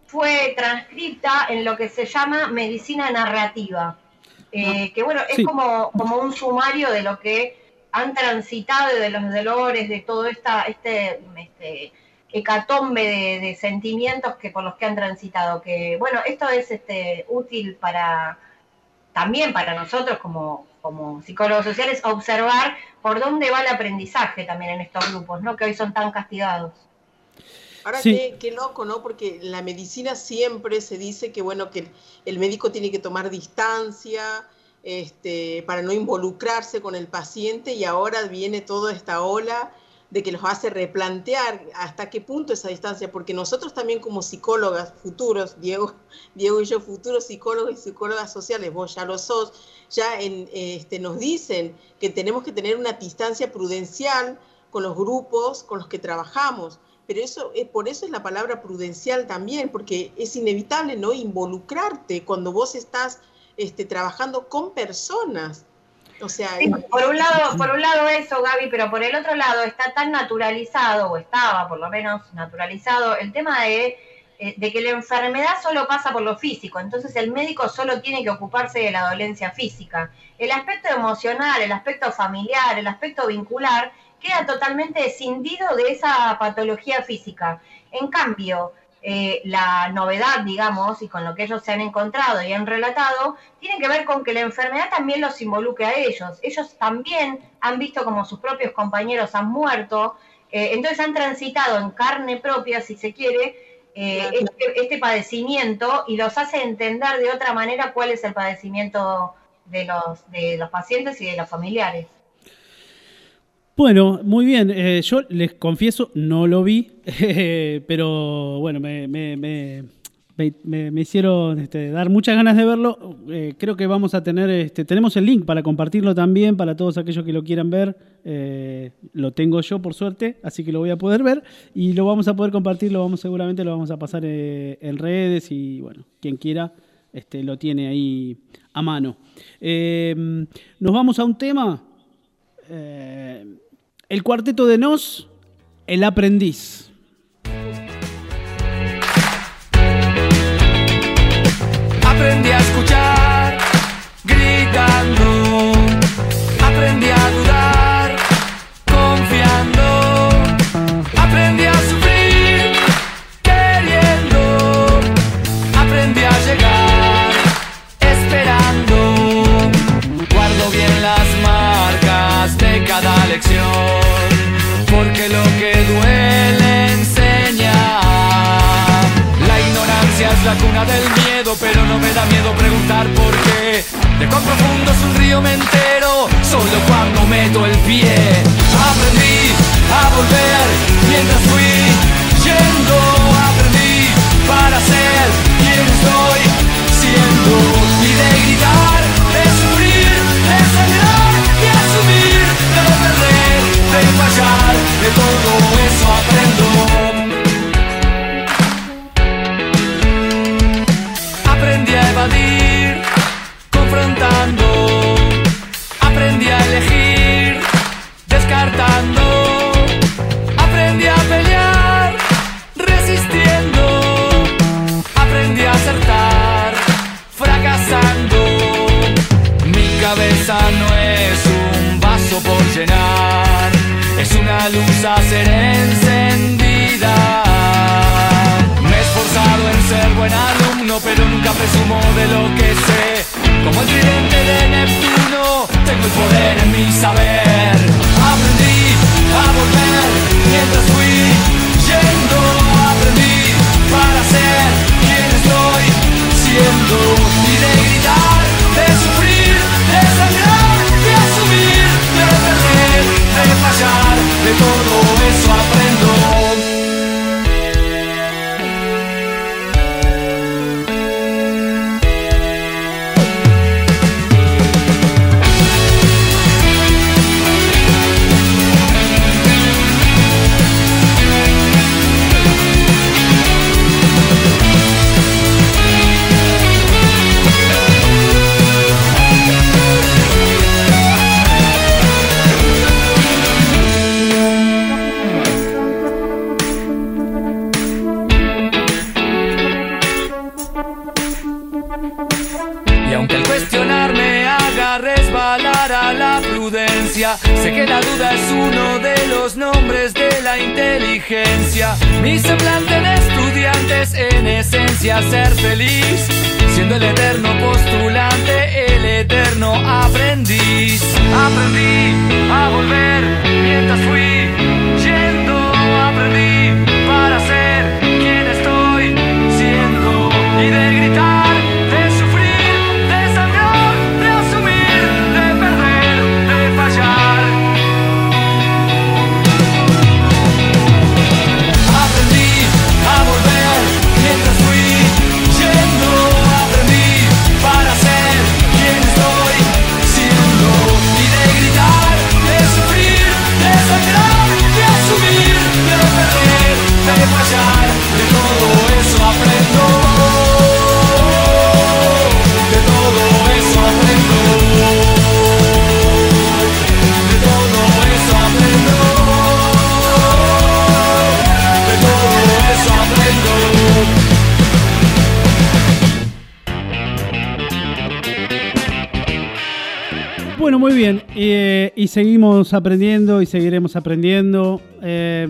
fue transcripta en lo que se llama medicina narrativa, eh, que bueno, es Sí. como, como un sumario de lo que han transitado y de los dolores, de todo esta, este, este hecatombe de, de sentimientos que por los que han transitado. Que bueno, esto es este, útil para también para nosotros como, como psicólogos sociales observar por dónde va el aprendizaje también en estos grupos, ¿no? Que hoy son tan castigados. Ahora, Sí. qué, qué loco, ¿no? Porque en la medicina siempre se dice que, bueno, que el, el médico tiene que tomar distancia este, para no involucrarse con el paciente, y ahora viene toda esta ola de que los hace replantear hasta qué punto esa distancia, porque nosotros también como psicólogas futuros, Diego, Diego y yo, futuros psicólogos y psicólogas sociales, vos ya lo sos, ya en, este, nos dicen que tenemos que tener una distancia prudencial con los grupos con los que trabajamos. Pero eso, eh, por eso es la palabra prudencial también, porque es inevitable no involucrarte cuando vos estás este, trabajando con personas. O sea, Sí, por un lado, por un lado eso, Gaby, pero por el otro lado está tan naturalizado, o estaba por lo menos naturalizado, el tema de, eh, de que la enfermedad solo pasa por lo físico, entonces el médico solo tiene que ocuparse de la dolencia física. El aspecto emocional, el aspecto familiar, el aspecto vincular, queda totalmente escindido de esa patología física. En cambio, eh, la novedad, digamos, y con lo que ellos se han encontrado y han relatado, tiene que ver con que la enfermedad también los involucre a ellos. Ellos también han visto como sus propios compañeros han muerto, eh, entonces han transitado en carne propia, si se quiere, eh, Claro. este, este padecimiento, y los hace entender de otra manera cuál es el padecimiento de los, de los pacientes y de los familiares. Bueno, muy bien. Eh, yo les confieso, no lo vi, eh, pero bueno, me, me, me, me, me hicieron este, dar muchas ganas de verlo. Eh, creo que vamos a tener, este, tenemos el link para compartirlo también para todos aquellos que lo quieran ver. Eh, lo tengo yo, por suerte, así que lo voy a poder ver y lo vamos a poder compartir. Lo vamos, seguramente lo vamos a pasar eh, en redes y bueno, quien quiera este, lo tiene ahí a mano. Eh, nos vamos a un tema. Eh, El Cuarteto de Nos, El Aprendiz. Aprendí a escuchar, gritando. Aprendí a dudar, confiando. Aprendí a sufrir, queriendo. Aprendí a llegar, esperando. Guardo bien las marcas de cada lección, porque lo que duele enseña. La ignorancia es la cuna del miedo, pero no me da miedo preguntar por qué. De cuán profundo es un río me entero, solo cuando meto el pie. Aprendí a volver mientras fui yendo. Aprendí para ser quien estoy siendo. Y de gritar, de sufrir, de sangrar, de asumir, de perder, de fallar, de todo eso aprendo. Aprendí a evadir, confrontando. Aprendí a elegir, descartando. Aprendí a pelear, resistiendo. Aprendí a acertar, fracasando. Mi cabeza no es un vaso por llenar, es una luz a ser encendida. Me he esforzado en ser buen alumno, pero nunca presumo de lo que sé. Como el tridente de Neptuno, tengo el poder en mi saber. Aprendí a volver mientras fui yendo. Aprendí para ser quien estoy siendo. Y de gritar, de sufrir, de sangrar, de asumir, de perder, de fallar, de todo eso aprendo. Y aunque el cuestionar me haga resbalar a la prudencia, sé que la duda es uno de los nombres de la inteligencia. Mi semblante de estudiante es en esencia ser feliz, siendo el eterno postulante, el eterno aprendiz. Aprendí a volver mientras fui yendo, aprendí para ser quien estoy siendo, y de gritar, de sufrir, de sangrar, de asumir, de perder, de fallar. Aprendí a volver mientras fui yendo, aprendí para ser quien estoy siendo, y de gritar, de sufrir, de sangrar, de asumir, de perder, de fallar. De todo eso aprendo, de todo eso aprendo, de todo eso aprendo, de todo eso aprendo. Bueno, muy bien. Eh, y seguimos aprendiendo y seguiremos aprendiendo. Eh,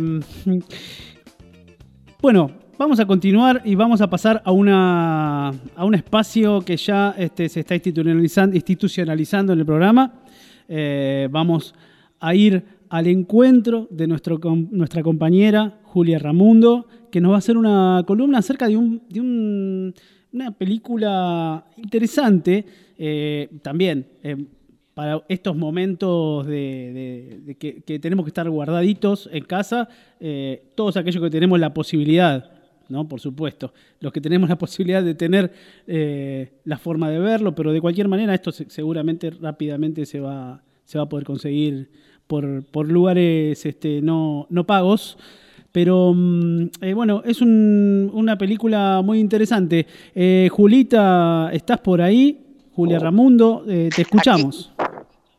bueno, vamos a continuar y vamos a pasar a, una, a un espacio que ya este, se está institucionalizando, institucionalizando en el programa. Eh, vamos a ir al encuentro de nuestro, nuestra compañera Julia Ramundo, que nos va a hacer una columna acerca de, un, de un, una película interesante, eh, también eh, para estos momentos de, de, de que, que tenemos que estar guardaditos en casa, eh, todos aquellos que tenemos la posibilidad, ¿no? Por supuesto, los que tenemos la posibilidad de tener eh, la forma de verlo, pero de cualquier manera esto se, seguramente rápidamente se va, se va a poder conseguir por, por lugares este, no, no pagos. Pero eh, bueno, es un, una película muy interesante. Eh, Julita, ¿estás por ahí? Julia Ramundo, eh, te escuchamos. Aquí,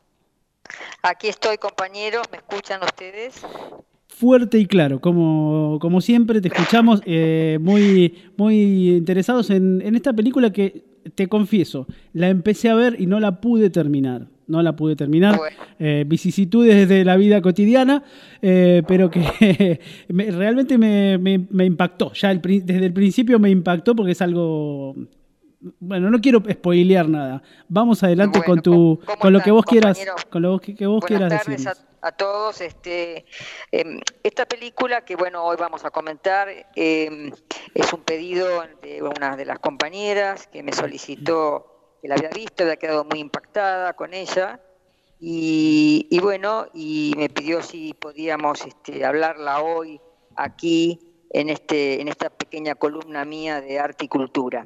aquí estoy, compañeros, ¿me escuchan ustedes? Fuerte y claro, como, como siempre te escuchamos, eh, muy, muy interesados en, en esta película que, te confieso, la empecé a ver y no la pude terminar. No la pude terminar, bueno. eh, vicisitudes de la vida cotidiana, eh, pero que me, realmente me, me, me impactó. Ya el, desde el principio me impactó porque es algo... Bueno, no quiero spoilear nada. Vamos adelante bueno, con tu ¿cómo con lo que vos quieras, con lo que, que vos quieras decir. Buenas tardes a, a todos. Este, eh, esta película que bueno hoy vamos a comentar eh, es un pedido de una de las compañeras que me solicitó que la había visto, había quedado muy impactada con ella y, y bueno y me pidió si podíamos este, hablarla hoy aquí. En, este, en esta pequeña columna mía de arte y cultura.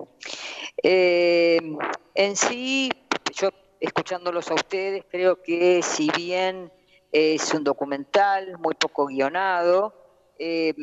Eh, en sí, yo escuchándolos a ustedes, creo que si bien es un documental muy poco guionado, eh,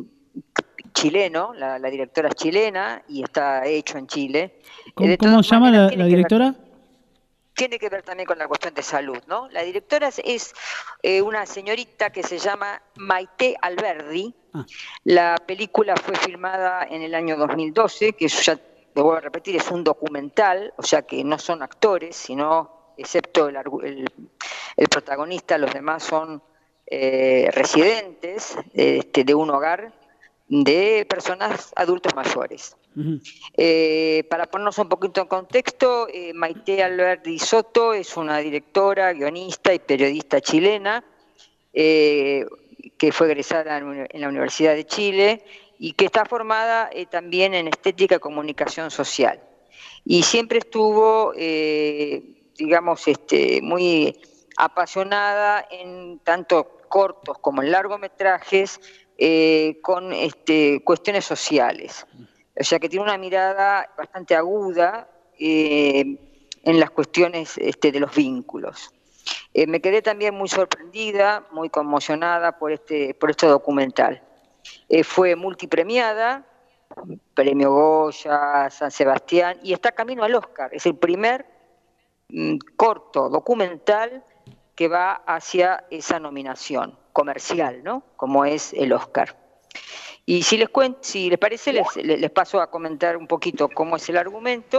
chileno, la, la directora es chilena y está hecho en Chile. ¿Cómo, ¿cómo se llama la, la directora? Tiene que ver también con la cuestión de salud, ¿no? La directora es, es eh, una señorita que se llama Maite Alberdi. Ah. La película fue filmada en el año dos mil doce, que eso ya, te voy a repetir, es un documental, o sea que no son actores, sino, excepto el, el, el protagonista, los demás son eh, residentes este, de un hogar de personas adultos mayores. Uh-huh. Eh, para ponernos un poquito en contexto, eh, Maite Alberdi Soto es una directora, guionista y periodista chilena eh, que fue egresada en la Universidad de Chile y que está formada eh, también en estética y comunicación social. Y siempre estuvo, eh, digamos, este, muy apasionada en tanto cortos como en largometrajes eh, con este, cuestiones sociales. O sea que tiene una mirada bastante aguda eh, en las cuestiones este, de los vínculos. Eh, me quedé también muy sorprendida, muy conmocionada por este, por este documental. Eh, fue multipremiada, Premio Goya, San Sebastián, y está camino al Oscar. Es el primer mm, corto documental que va hacia esa nominación comercial, ¿no? Como es el Oscar. Y si les cuento, si les parece, les, les paso a comentar un poquito cómo es el argumento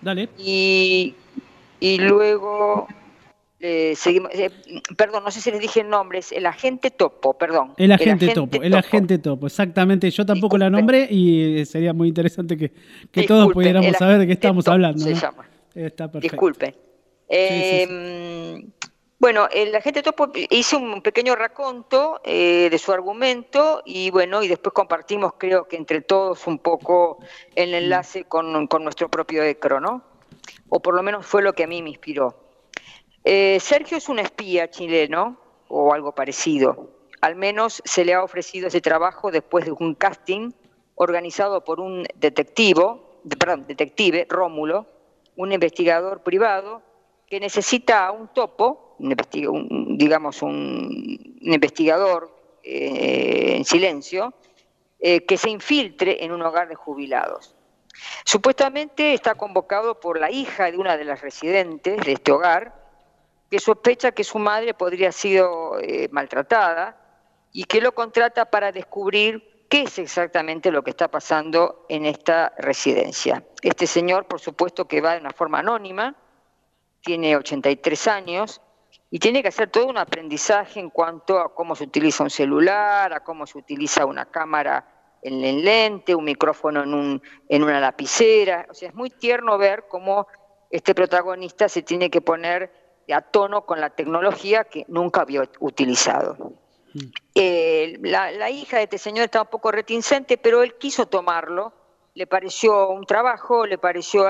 Dale. Y, y luego eh, seguimos, eh, perdón, no sé si les dije el nombre, es el agente Topo, perdón. El agente, el agente Topo, Topo, el agente Topo, exactamente. Yo tampoco Disculpen. la nombré y sería muy interesante que, que todos pudiéramos saber de qué estamos Topo hablando. Se ¿no? llama. Está perfecto. Disculpen. Eh, sí, sí, sí. Bueno, el agente Topo hizo un pequeño raconto eh, de su argumento y bueno, y después compartimos, creo que entre todos, un poco el enlace con, con nuestro propio ECRO, ¿no? O por lo menos fue lo que a mí me inspiró. Eh, Sergio es un espía chileno, o algo parecido. Al menos se le ha ofrecido ese trabajo después de un casting organizado por un detectivo, perdón, detective, Rómulo, un investigador privado que necesita a un topo, un un, digamos un, un investigador eh, en silencio, eh, que se infiltre en un hogar de jubilados. Supuestamente está convocado por la hija de una de las residentes de este hogar, que sospecha que su madre podría haber sido eh, maltratada y que lo contrata para descubrir qué es exactamente lo que está pasando en esta residencia. Este señor, por supuesto, que va de una forma anónima, tiene ochenta y tres años y tiene que hacer todo un aprendizaje en cuanto a cómo se utiliza un celular, a cómo se utiliza una cámara en el lente, un micrófono en, un, en una lapicera. O sea, es muy tierno ver cómo este protagonista se tiene que poner a tono con la tecnología que nunca había utilizado. Mm. Eh, la, la hija de este señor estaba un poco reticente, pero él quiso tomarlo, le pareció un trabajo, le pareció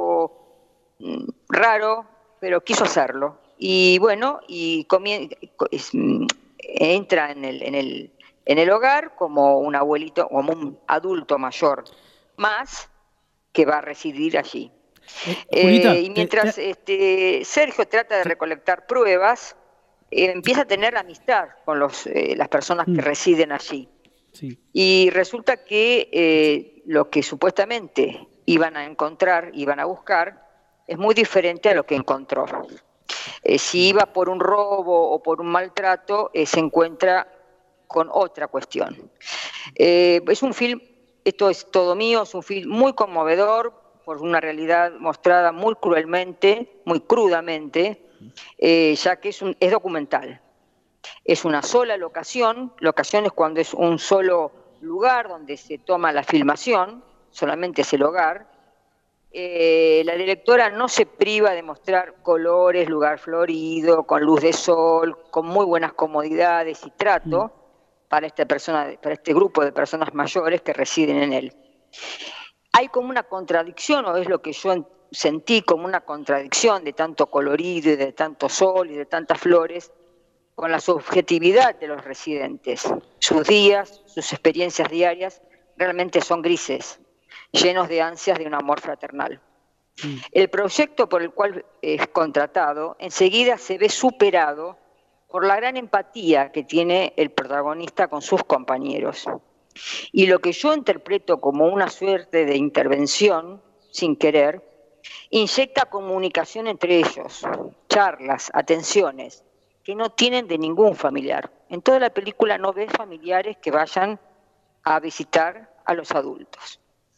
algo mm, raro, pero quiso hacerlo. Y bueno, y comien- es, entra en el, en, el, en el hogar como un abuelito, como un adulto mayor más que va a residir allí. Eh, Julita, eh, y mientras te, te... Este, Sergio trata de recolectar pruebas, eh, empieza a tener amistad con los, eh, las personas que mm. residen allí. Sí. Y resulta que eh, lo que supuestamente iban a encontrar, iban a buscar, es muy diferente a lo que encontró. Eh, si iba por un robo o por un maltrato, eh, se encuentra con otra cuestión. Eh, es un film, esto es todo mío, es un film muy conmovedor por una realidad mostrada muy cruelmente, muy crudamente, eh, ya que es, un, es documental. Es una sola locación, locación es cuando es un solo lugar donde se toma la filmación, solamente es el hogar. Eh, la directora no se priva de mostrar colores, lugar florido, con luz de sol, con muy buenas comodidades y trato mm. para, esta persona, para este grupo de personas mayores que residen en él. Hay como una contradicción, o es lo que yo sentí como una contradicción de tanto colorido y de tanto sol y de tantas flores, con la subjetividad de los residentes. Sus días, sus experiencias diarias realmente son grises, llenos de ansias de un amor fraternal. Mm. El proyecto por el cual es contratado enseguida se ve superado por la gran empatía que tiene el protagonista con sus compañeros. Y lo que yo interpreto como una suerte de intervención, sin querer, inyecta comunicación entre ellos, charlas, atenciones, que no tienen de ningún familiar. En toda la película no ves familiares que vayan a visitar a los adultos.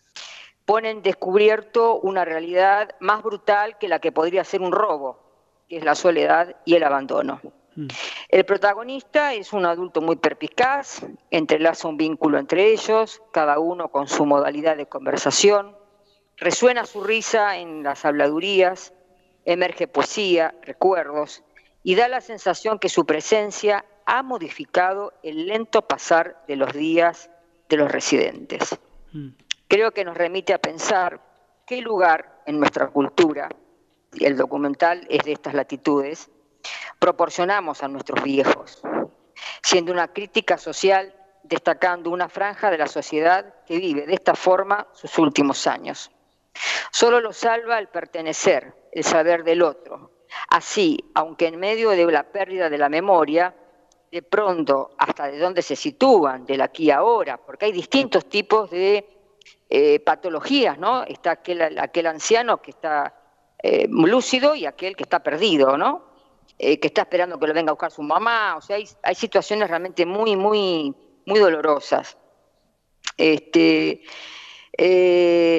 Ponen descubierto una realidad más brutal que la que podría ser un robo, que es la soledad y el abandono. Mm. El protagonista es un adulto muy perspicaz, entrelaza un vínculo entre ellos, cada uno con su modalidad de conversación, resuena su risa en las habladurías, emerge poesía, recuerdos, y da la sensación que su presencia ha modificado el lento pasar de los días de los residentes. Mm. Creo que nos remite a pensar qué lugar en nuestra cultura, y el documental es de estas latitudes, proporcionamos a nuestros viejos, siendo una crítica social destacando una franja de la sociedad que vive de esta forma sus últimos años. Solo lo salva el pertenecer, el saber del otro. Así, aunque en medio de la pérdida de la memoria, de pronto hasta de dónde se sitúan, del aquí a ahora, porque hay distintos tipos de eh, patologías, ¿no? Está aquel, aquel anciano que está eh, lúcido y aquel que está perdido, ¿no? Eh, que está esperando que lo venga a buscar su mamá. O sea, hay, hay situaciones realmente muy, muy, muy dolorosas. Este, eh,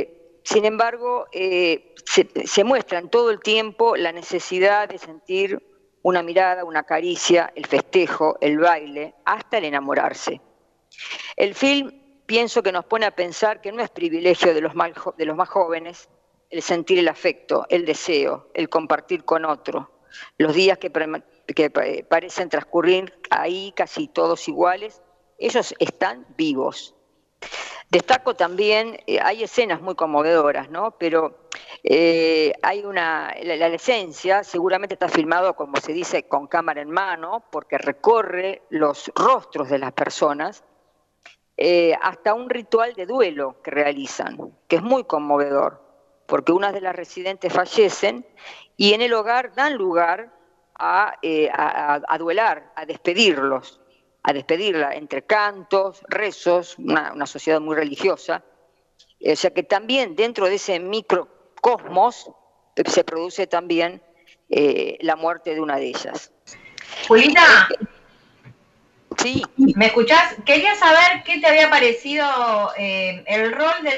sin embargo, eh, se, se muestra en todo el tiempo la necesidad de sentir una mirada, una caricia, el festejo, el baile, hasta el enamorarse. El film, pienso que nos pone a pensar que no es privilegio de los, mal, de los más jóvenes el sentir el afecto, el deseo, el compartir con otro, los días que, que parecen transcurrir ahí casi todos iguales, ellos están vivos. Destaco también, eh, hay escenas muy conmovedoras, ¿no? Pero eh, hay una, la, la esencia seguramente está filmado, como se dice, con cámara en mano, porque recorre los rostros de las personas, eh, hasta un ritual de duelo que realizan, que es muy conmovedor, porque unas de las residentes fallecen y en el hogar dan lugar a, eh, a, a duelar, a despedirlos, a despedirla entre cantos, rezos, una, una sociedad muy religiosa. O sea que también dentro de ese microcosmos se produce también eh, la muerte de una de ellas. Julita, sí. ¿Me escuchás? Quería saber qué te había parecido eh, el rol de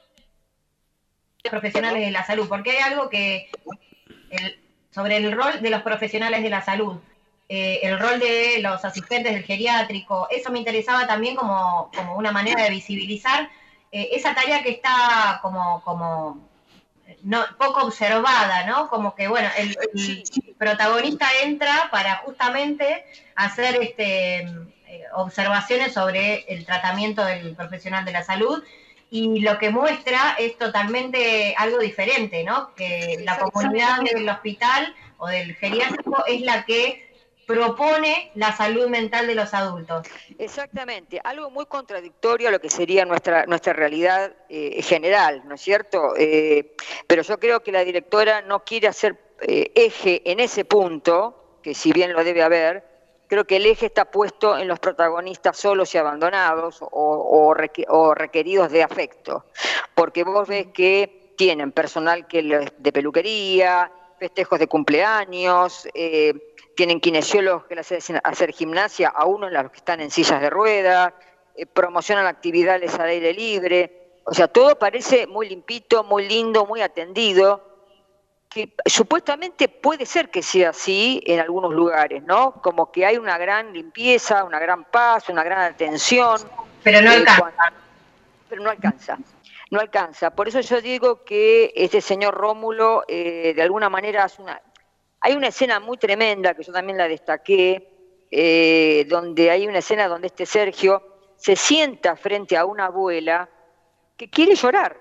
profesionales de la salud, porque hay algo que el, sobre el rol de los profesionales de la salud. Eh, el rol de los asistentes del geriátrico, eso me interesaba también como, como una manera de visibilizar eh, esa tarea que está como, como no, poco observada, ¿no? Como que, bueno, el, el protagonista entra para justamente hacer este, eh, observaciones sobre el tratamiento del profesional de la salud, y lo que muestra es totalmente algo diferente, ¿no? Que la comunidad del hospital o del geriátrico es la que propone la salud mental de los adultos. Exactamente, algo muy contradictorio a lo que sería nuestra, nuestra realidad eh, general, ¿no es cierto? Eh, pero yo creo que la directora no quiere hacer eh, eje en ese punto, que si bien lo debe haber, creo que el eje está puesto en los protagonistas solos y abandonados o, o, requ o requeridos de afecto, porque vos ves que tienen personal que de peluquería, festejos de cumpleaños, eh, tienen kinesiólogos que les hacen hacer gimnasia, a unos los que están en sillas de ruedas, eh, promocionan actividades al aire libre, o sea, todo parece muy limpito, muy lindo, muy atendido, que supuestamente puede ser que sea así en algunos lugares, ¿no? Como que hay una gran limpieza, una gran paz, una gran atención. Pero no eh, alcanza. Cuando, pero no alcanza. No alcanza. Por eso yo digo que este señor Rómulo, eh, de alguna manera, hace una... Hay una escena muy tremenda, que yo también la destaqué, eh, donde hay una escena donde este Sergio se sienta frente a una abuela que quiere llorar.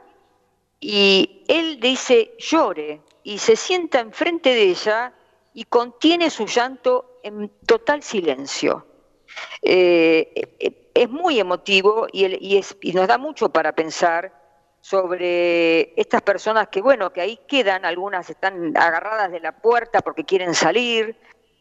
Y él dice, llore, y se sienta enfrente de ella y contiene su llanto en total silencio. Eh, es muy emotivo y, el, y, es, y nos da mucho para pensar sobre estas personas que, bueno, que ahí quedan, algunas están agarradas de la puerta porque quieren salir.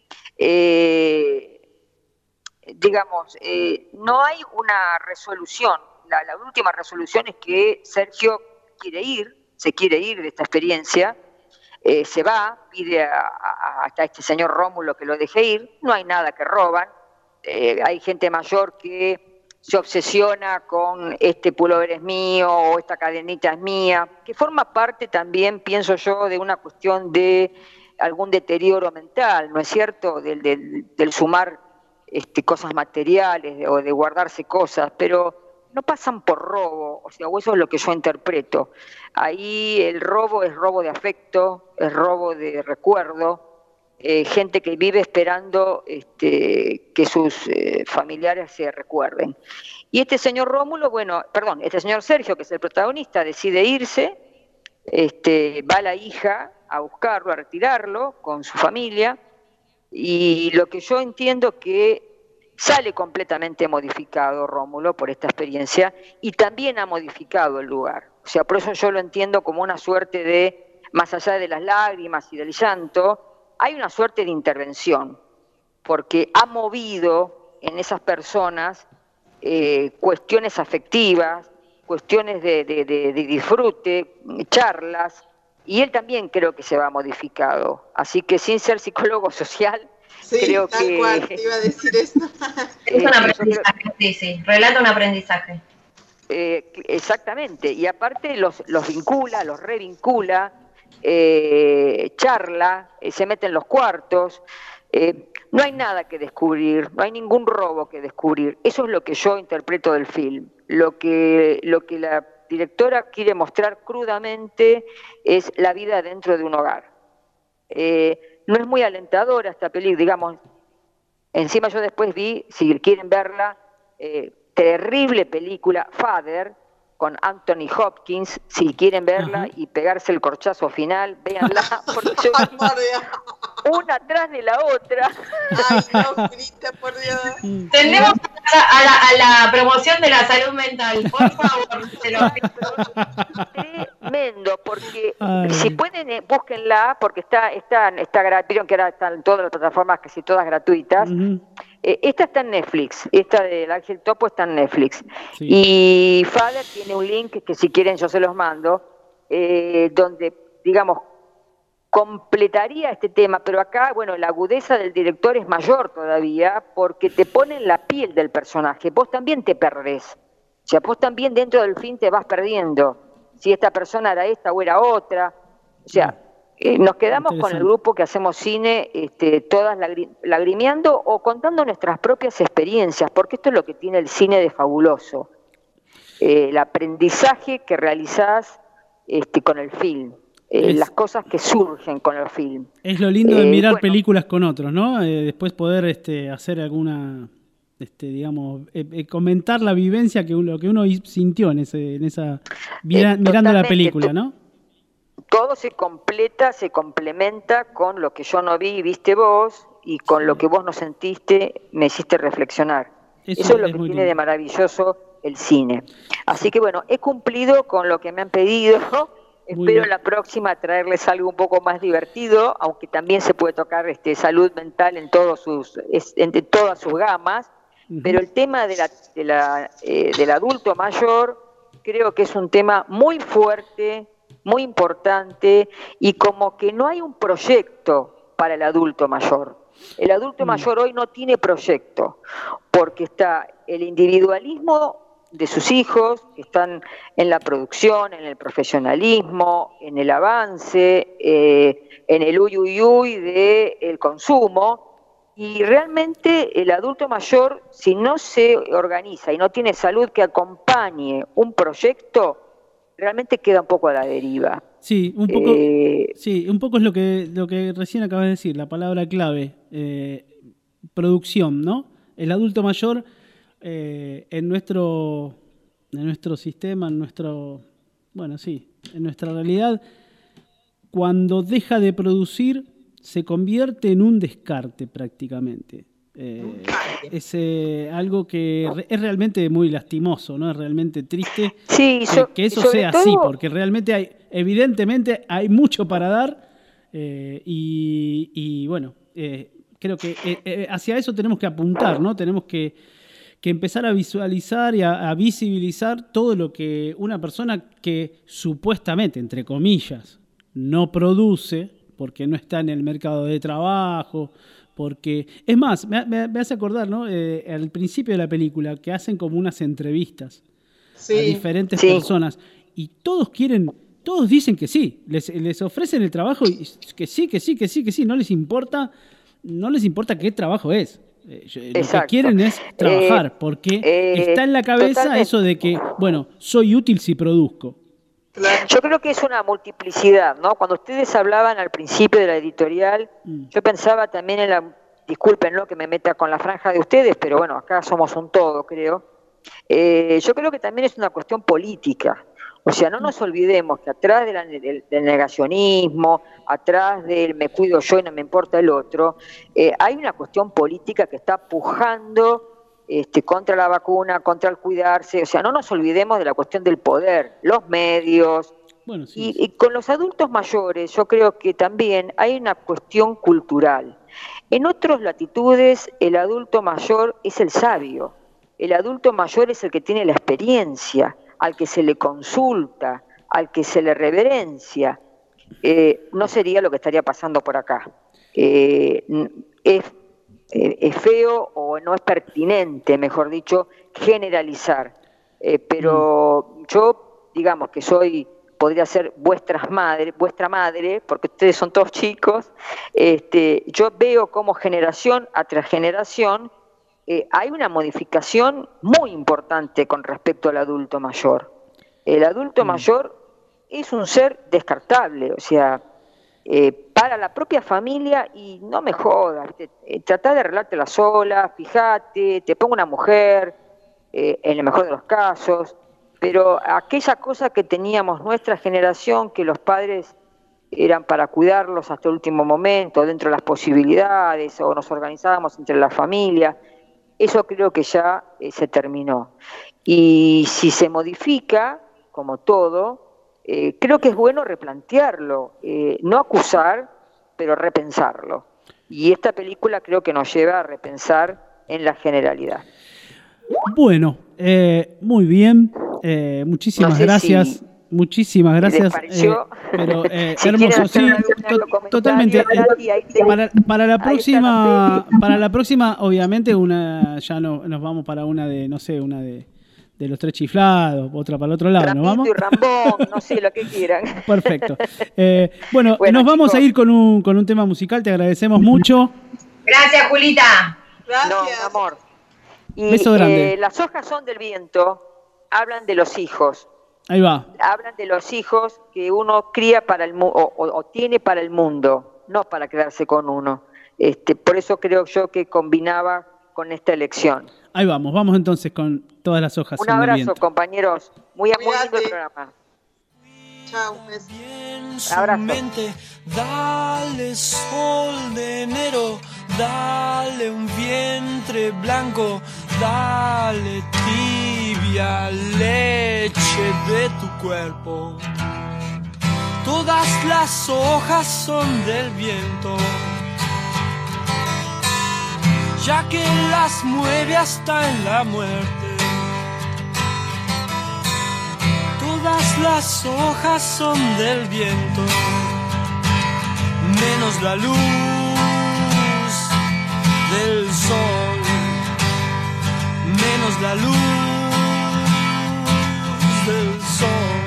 Eh, digamos, eh, no hay una resolución. La, la última resolución es que Sergio quiere ir, se quiere ir de esta experiencia, eh, se va, pide a, a, hasta este señor Rómulo que lo deje ir, no hay nada que roban, eh, hay gente mayor que se obsesiona con este pullover es mío o esta cadenita es mía, que forma parte también, pienso yo, de una cuestión de algún deterioro mental, ¿no es cierto?, del, del, del sumar este, cosas materiales o de guardarse cosas, pero no pasan por robo, o sea, o eso es lo que yo interpreto. Ahí el robo es robo de afecto, es robo de recuerdo, eh, gente que vive esperando este, que sus eh, familiares se recuerden. Y este señor Rómulo, bueno, perdón, este señor Sergio, que es el protagonista, decide irse, este, va la hija a buscarlo, a retirarlo con su familia, y lo que yo entiendo que sale completamente modificado Rómulo por esta experiencia y también ha modificado el lugar. O sea, por eso yo lo entiendo como una suerte de, más allá de las lágrimas y del llanto, hay una suerte de intervención, porque ha movido en esas personas eh, cuestiones afectivas, cuestiones de, de, de, de disfrute, charlas, y él también creo que se va modificado. Así que sin ser psicólogo social, sí, creo tal que... cual, te iba a decir esto. Es un aprendizaje, sí, sí, relata un aprendizaje. Eh, exactamente, y aparte los, los vincula, los revincula, eh, charla, eh, se mete en los cuartos, eh, no hay nada que descubrir, no hay ningún robo que descubrir. Eso es lo que yo interpreto del film. Lo que, lo que la directora quiere mostrar crudamente es la vida dentro de un hogar. Eh, no es muy alentadora esta película, digamos. Encima yo después vi, si quieren verla, eh, terrible película, Father, con Anthony Hopkins, si quieren verla uh-huh. y pegarse el corchazo final, véanla, porque yo una atrás de la otra. Ay, no, grita, por Dios. Tendemos a la, a la promoción de la salud mental, por favor. Se lo pido. Tremendo, porque Ay. si pueden, eh, búsquenla, porque está, está, está, vieron que ahora están todas las plataformas, casi todas gratuitas. Uh-huh. Eh, esta está en Netflix, esta del Ángel Topo está en Netflix. Sí. Y Father tiene un link que si quieren yo se los mando, eh, donde, digamos, completaría este tema, pero acá, bueno, la agudeza del director es mayor todavía, porque te pone en la piel del personaje, vos también te perdés, o sea, vos también dentro del film te vas perdiendo, si esta persona era esta o era otra, o sea... Eh, nos quedamos con el grupo que hacemos cine, este, todas lagri- lagrimeando o contando nuestras propias experiencias, porque esto es lo que tiene el cine de fabuloso. Eh, el aprendizaje que realizás este, con el film, eh, es, las cosas que surgen con el film. Es lo lindo de eh, mirar bueno, películas con otros, ¿no? Eh, después poder este, hacer alguna, este, digamos, eh, eh, comentar la vivencia que uno, que uno sintió en, ese, en esa mira, eh, mirando la película, ¿no? Todo se completa, se complementa con lo que yo no vi y viste vos, y con lo que vos no sentiste, me hiciste reflexionar. Eso, Eso es lo es que tiene lindo. De maravilloso el cine. Así que bueno, he cumplido con lo que me han pedido. Muy Espero bien. La próxima traerles algo un poco más divertido, aunque también se puede tocar este, salud mental en, todos sus, en todas sus gamas. Uh-huh. Pero el tema de la, de la, eh, del adulto mayor creo que es un tema muy fuerte, muy importante, y como que no hay un proyecto para el adulto mayor. El adulto mm. mayor hoy no tiene proyecto, porque está el individualismo de sus hijos, que están en la producción, en el profesionalismo, en el avance, eh, en el uy uy uy del consumo, y realmente el adulto mayor, si no se organiza y no tiene salud que acompañe un proyecto, realmente queda un poco a la deriva. Sí, un poco, eh, sí, un poco es lo que lo que recién acabas de decir, la palabra clave, eh, producción, ¿no? El adulto mayor eh, en nuestro en nuestro sistema, en nuestro, bueno, sí, en nuestra realidad, cuando deja de producir, se convierte en un descarte prácticamente. Eh, es eh, algo que re- es realmente muy lastimoso, ¿no? Es realmente triste sí, so, que, que eso sea todo... así, porque realmente hay, evidentemente hay mucho para dar eh, y, y bueno, eh, creo que eh, eh, hacia eso tenemos que apuntar, ¿no? Tenemos que, que empezar a visualizar y a, a visibilizar todo lo que una persona que supuestamente, entre comillas, no produce, porque no está en el mercado de trabajo. Porque, es más, me, me, me hace acordar, ¿no? Eh, al principio de la película, que hacen como unas entrevistas sí. a diferentes sí. personas. Y todos quieren, todos dicen que sí. Les, les ofrecen el trabajo y que sí, que sí, que sí, que sí. No les importa, no les importa qué trabajo es. Eh, lo que quieren es trabajar, eh, porque eh, está en la cabeza totalmente. Eso de que, bueno, soy útil si produzco. Yo creo que es una multiplicidad, ¿no? Cuando ustedes hablaban al principio de la editorial, mm. yo pensaba también en la, disculpen, ¿no? Que me meta con la franja de ustedes, pero bueno, acá somos un todo, creo. Eh, yo creo que también es una cuestión política. O sea, no nos olvidemos que atrás de la, del, del negacionismo, atrás del me cuido yo y no me importa el otro, eh, hay una cuestión política que está pujando Este, contra la vacuna, contra el cuidarse, o sea, no nos olvidemos de la cuestión del poder, los medios, bueno, sí, y, sí. y con los adultos mayores yo creo que también hay una cuestión cultural. En otras latitudes el adulto mayor es el sabio, el adulto mayor es el que tiene la experiencia, al que se le consulta, al que se le reverencia. Eh, no sería lo que estaría pasando por acá. Eh, es es feo o no es pertinente, mejor dicho, generalizar. Eh, pero mm. yo, digamos que soy, podría ser vuestras madre, vuestra madre, porque ustedes son todos chicos, este, yo veo como generación a tras generación eh, hay una modificación muy importante con respecto al adulto mayor. El adulto mm. mayor es un ser descartable, o sea, eh, para la propia familia, y no me jodas, eh, tratá de arreglártela sola, fíjate, te pongo una mujer, eh, en el mejor de los casos, pero aquella cosa que teníamos nuestra generación, que los padres eran para cuidarlos hasta el último momento, dentro de las posibilidades, o nos organizábamos entre la familia, eso creo que ya eh, se terminó. Y si se modifica, como todo, eh, creo que es bueno replantearlo, eh, no acusar, pero repensarlo. Y esta película creo que nos lleva a repensar en la generalidad. Bueno, eh, muy bien, eh, muchísimas no sé gracias. Si muchísimas gracias. Eh, pero eh, si hermoso, sí, to totalmente. Eh, para, para la próxima, para la próxima, obviamente, una ya no, nos vamos para una de, no sé, una de, de los tres chiflados, otra para el otro lado, ¿nos vamos? Y Rambón, no sé, lo que quieran. Perfecto. Eh, bueno, bueno, nos vamos chicos. a ir con un, con un tema musical, te agradecemos mucho. Gracias, Julita. Gracias. No, amor. Y Beso grande. Eh, las hojas son del viento, hablan de los hijos. Ahí va. Hablan de los hijos que uno cría para el mundo, o, o, o tiene para el mundo, no para quedarse con uno. Este, por eso creo yo que combinaba con esta elección. Ahí vamos, vamos entonces con todas las hojas. Un abrazo, compañeros. Muy, muy lindo el programa. Chao. Abrazo. Mente, dale sol de enero, dale un vientre blanco, dale tibia leche de tu cuerpo. Todas las hojas son del viento, ya que las mueve hasta en la muerte. Todas las hojas son del viento, menos la luz del sol, menos la luz del sol.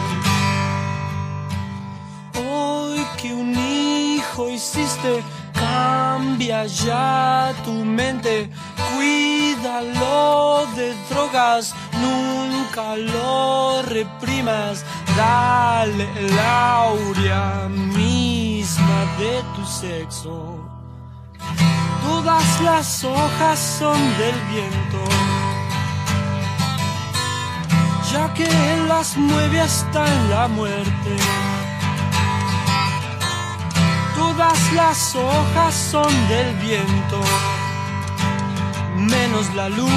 Hoy que un hijo hiciste, cambia ya tu mente, cuídalo de drogas, nunca lo reprimas, dale la aurea misma de tu sexo. Todas las hojas son del viento, ya que él las mueve hasta en la muerte. Todas las hojas son del viento, menos la luz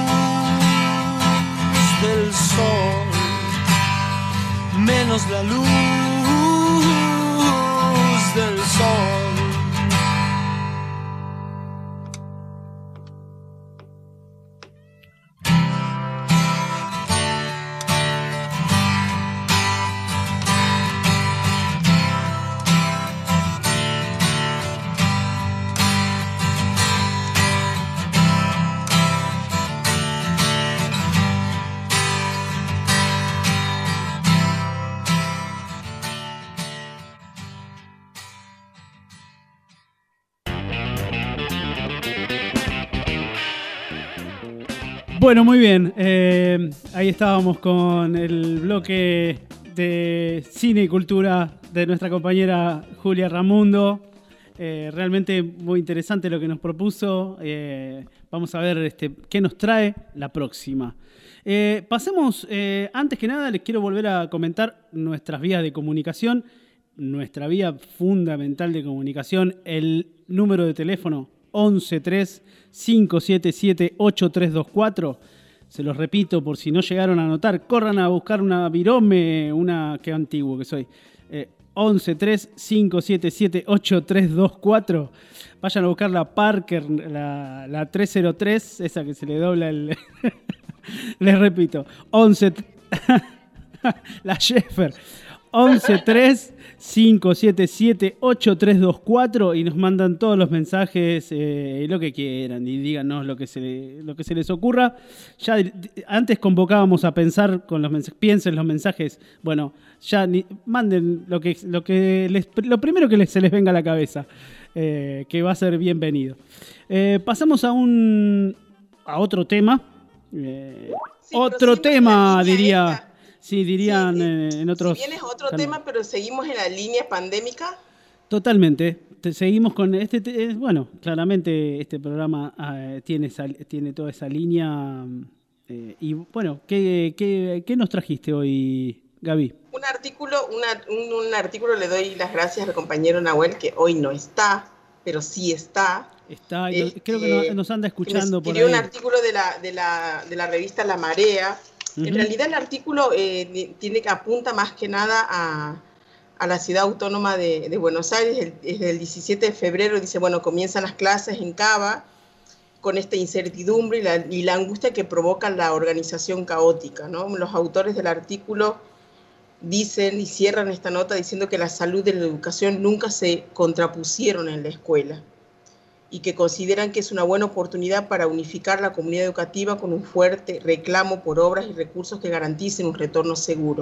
del sol, menos la luz del sol. Bueno, muy bien. Eh, ahí estábamos con el bloque de cine y cultura de nuestra compañera Julia Ramundo. Eh, realmente muy interesante lo que nos propuso. Eh, vamos a ver este, qué nos trae la próxima. Eh, pasemos, eh, antes que nada, les quiero volver a comentar nuestras vías de comunicación. Nuestra vía fundamental de comunicación, el número de teléfono once tres cinco siete siete ocho tres dos cuatro. Se los repito por si no llegaron a anotar. Corran a buscar una virome, una... Qué antiguo que soy. Eh, once tres cinco siete siete ocho tres dos cuatro. Vayan a buscar la Parker, la, la trescientos tres, esa que se le dobla el... Les repito, once... la Sheffer. once tres cinco siete siete ocho tres dos cuatro y nos mandan todos los mensajes, eh, lo que quieran, y díganos lo que se, lo que se les ocurra. Ya antes convocábamos a pensar con los mensajes, piensen los mensajes, bueno, ya ni, manden lo que, lo que les, lo primero que les, se les venga a la cabeza, eh, que va a ser bienvenido. Eh, pasamos a un a otro tema, eh, sí, otro tema diría. Esta. Sí, dirían sí, eh, en otros... Si bien es otro canales. tema, pero seguimos en la línea pandémica. Totalmente. Te, seguimos con este... Te, bueno, claramente este programa eh, tiene, esa, tiene toda esa línea. Eh, y bueno, ¿qué, qué, ¿qué nos trajiste hoy, Gaby? Un artículo, una, un, un artículo, le doy las gracias al compañero Nahuel, que hoy no está, pero sí está. Está, eh, creo que nos, nos anda escuchando por ahí. Un artículo de la, de, la, de la revista La Marea. En realidad el artículo eh, tiene que apunta más que nada a, a la ciudad autónoma de, de Buenos Aires. Desde el diecisiete de febrero dice, bueno, comienzan las clases en Cava con esta incertidumbre y la, y la angustia que provoca la organización caótica, ¿no? Los autores del artículo dicen y cierran esta nota diciendo que la salud y la educación nunca se contrapusieron en la escuela, y que consideran que es una buena oportunidad para unificar la comunidad educativa con un fuerte reclamo por obras y recursos que garanticen un retorno seguro.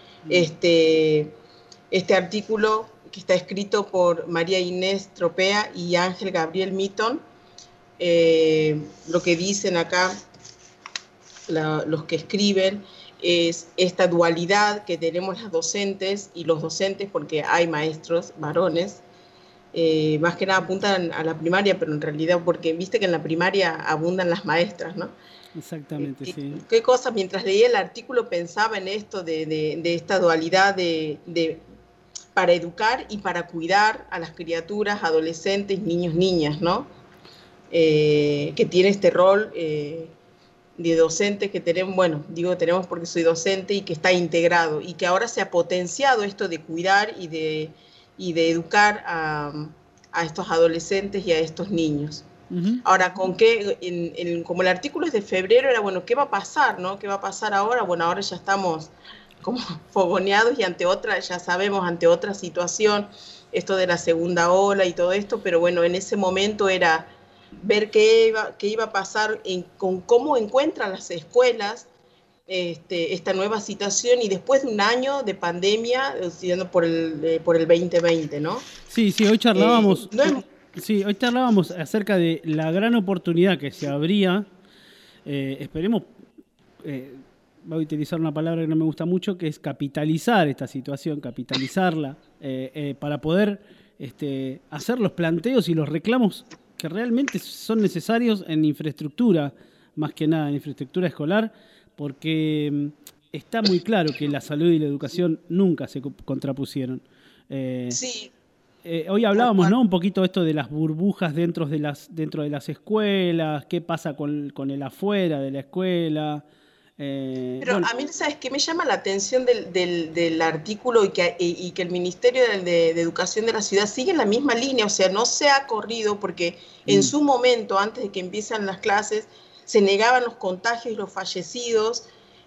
Este, este artículo, que está escrito por María Inés Tropea y Ángel Gabriel Mitton, eh, lo que dicen acá la, los que escriben es esta dualidad que tenemos las docentes y los docentes, porque hay maestros varones, Eh, más que nada apuntan a la primaria, pero en realidad, porque viste que en la primaria abundan las maestras, ¿no? Exactamente, eh, sí. ¿Qué cosa? Mientras leía el artículo pensaba en esto de, de, de esta dualidad de, de, para educar y para cuidar a las criaturas, adolescentes, niños, niñas, ¿no? Eh, que tiene este rol eh, de docente que tenemos, bueno, digo tenemos porque soy docente, y que está integrado, y que ahora se ha potenciado esto de cuidar y de y de educar a, a estos adolescentes y a estos niños. Uh-huh. Ahora, ¿con qué? En, en, como el artículo es de febrero, era, bueno, ¿qué va a pasar, no? ¿Qué va a pasar ahora? Bueno, ahora ya estamos como fogoneados y ante otra, ya sabemos, ante otra situación, esto de la segunda ola y todo esto, pero bueno, en ese momento era ver qué iba, qué iba a pasar en, con cómo encuentran las escuelas Este, esta nueva situación, y después de un año de pandemia, siendo por el, eh, por el veinte veinte, ¿no? Sí, sí, hoy charlábamos, eh, no es... sí, hoy charlábamos acerca de la gran oportunidad que se abría, eh, esperemos, eh, voy a utilizar una palabra que no me gusta mucho, que es capitalizar esta situación, capitalizarla, eh, eh, para poder este, hacer los planteos y los reclamos que realmente son necesarios en infraestructura, más que nada en infraestructura escolar, porque está muy claro que la salud y la educación nunca se contrapusieron. Eh, sí. Eh, hoy hablábamos, ¿no?, un poquito esto de las burbujas dentro de las, dentro de las escuelas, qué pasa con, con el afuera de la escuela. Eh, Pero bueno. A mí, ¿sabes qué me llama la atención del, del, del artículo y que, y, y que el Ministerio de, de, de Educación de la ciudad sigue en la misma línea? O sea, no se ha corrido porque en mm. su momento, antes de que empiezan las clases, se negaban los contagios y los fallecidos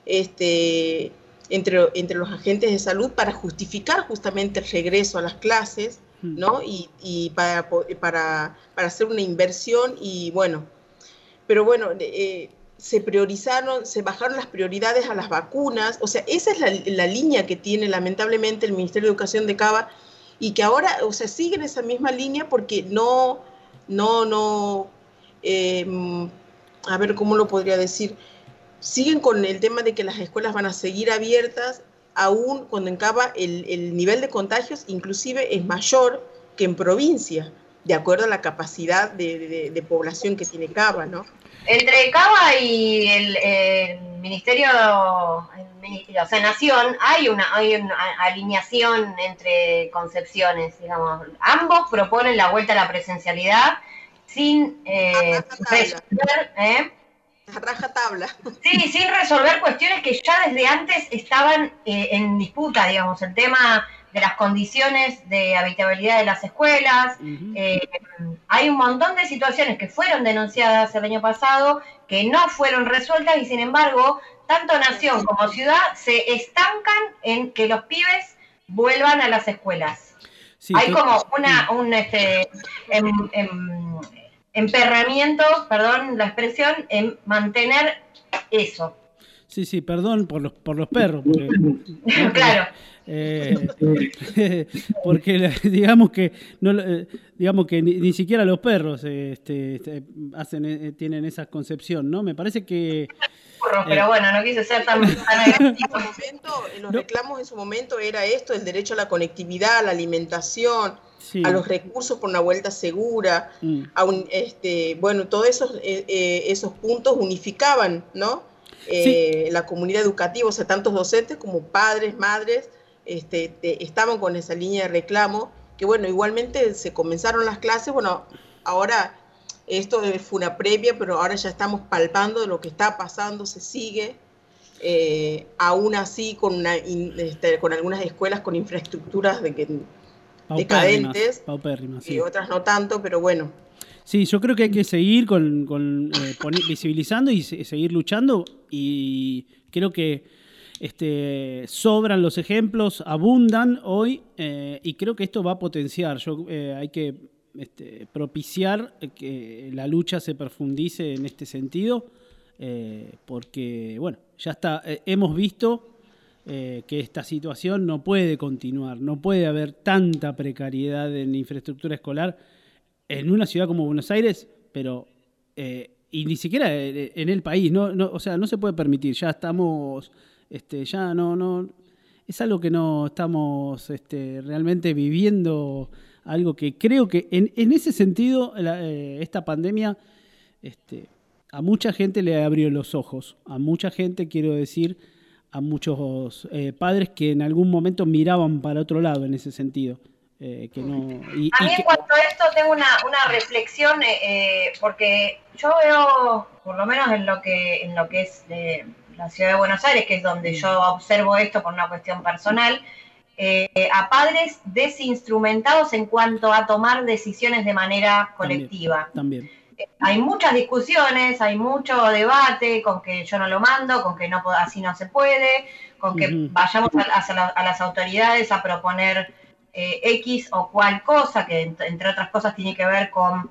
este, entre, entre los agentes de salud para justificar justamente el regreso a las clases, ¿no? Y, y para, para, para hacer una inversión, y bueno, pero bueno, eh, se priorizaron, se bajaron las prioridades a las vacunas. O sea, esa es la, la línea que tiene lamentablemente el Ministerio de Educación de Cava, y que ahora, o sea, sigue en esa misma línea porque no, no, no... Eh, a ver, ¿cómo lo podría decir? Siguen con el tema de que las escuelas van a seguir abiertas, aún cuando en Cava el, el nivel de contagios inclusive es mayor que en provincia, de acuerdo a la capacidad de, de, de población que tiene Cava, ¿no? Entre Cava y el, el Ministerio, el, o sea, Nación, hay una, hay una alineación entre concepciones, digamos. Ambos proponen la vuelta a la presencialidad, sin eh, resolver, ¿eh? raja tabla. Sí, sin resolver cuestiones que ya desde antes estaban eh, en disputa, digamos, el tema de las condiciones de habitabilidad de las escuelas. Uh-huh. eh, hay un montón de situaciones que fueron denunciadas el año pasado, que no fueron resueltas, y sin embargo, tanto Nación como Ciudad se estancan en que los pibes vuelvan a las escuelas. Sí, hay tú... como una un este em, em, emperramiento, perdón la expresión, en mantener eso. Sí, sí, perdón por los por los perros. Porque, ¿no? Claro. Eh, porque digamos que no digamos que ni, ni siquiera los perros este, este, hacen eh, tienen esa concepción, ¿no? Me parece que pero eh, bueno, no quise ser tan, tan agresivo. En los no. reclamos en su momento era esto, el derecho a la conectividad, a la alimentación, sí. a los recursos por una vuelta segura, mm. a un, este, bueno, todos esos eh, eh, esos puntos unificaban, ¿no? Eh, sí. La comunidad educativa, o sea, tantos docentes como padres, madres, este, te, estaban con esa línea de reclamo, que bueno, igualmente se comenzaron las clases, bueno, ahora esto fue una previa, pero ahora ya estamos palpando de lo que está pasando, se sigue, eh, aún así con, una, este, con algunas escuelas con infraestructuras de que, decadentes, paupérrimas, sí. Y otras no tanto, pero bueno. Sí, yo creo que hay que seguir con, con eh, poner, visibilizando y se, seguir luchando, y creo que este, sobran los ejemplos, abundan hoy, eh, y creo que esto va a potenciar. Yo, eh, hay que este, propiciar que la lucha se profundice en este sentido, eh, porque bueno, ya está, eh, hemos visto eh, que esta situación no puede continuar, no puede haber tanta precariedad en infraestructura escolar en una ciudad como Buenos Aires, pero eh, y ni siquiera en el país, no, no, o sea, no se puede permitir. Ya estamos, este, ya no, no, es algo que no estamos este, realmente viviendo, algo que creo que en, en ese sentido la, eh, esta pandemia este, a mucha gente le abrió los ojos, a mucha gente, quiero decir, a muchos eh, padres que en algún momento miraban para otro lado en ese sentido. Eh, que no, y, a mí y en que... cuanto a esto tengo una, una reflexión, eh, porque yo veo, por lo menos en lo que, en lo que es eh, la ciudad de Buenos Aires, que es donde yo observo esto por una cuestión personal, eh, a padres desinstrumentados en cuanto a tomar decisiones de manera colectiva. También, también. Eh, hay muchas discusiones, hay mucho debate con que yo no lo mando, con que no así no se puede, con que uh-huh. vayamos a, a, a las autoridades a proponer Eh, X o cual cosa, que entre otras cosas tiene que ver con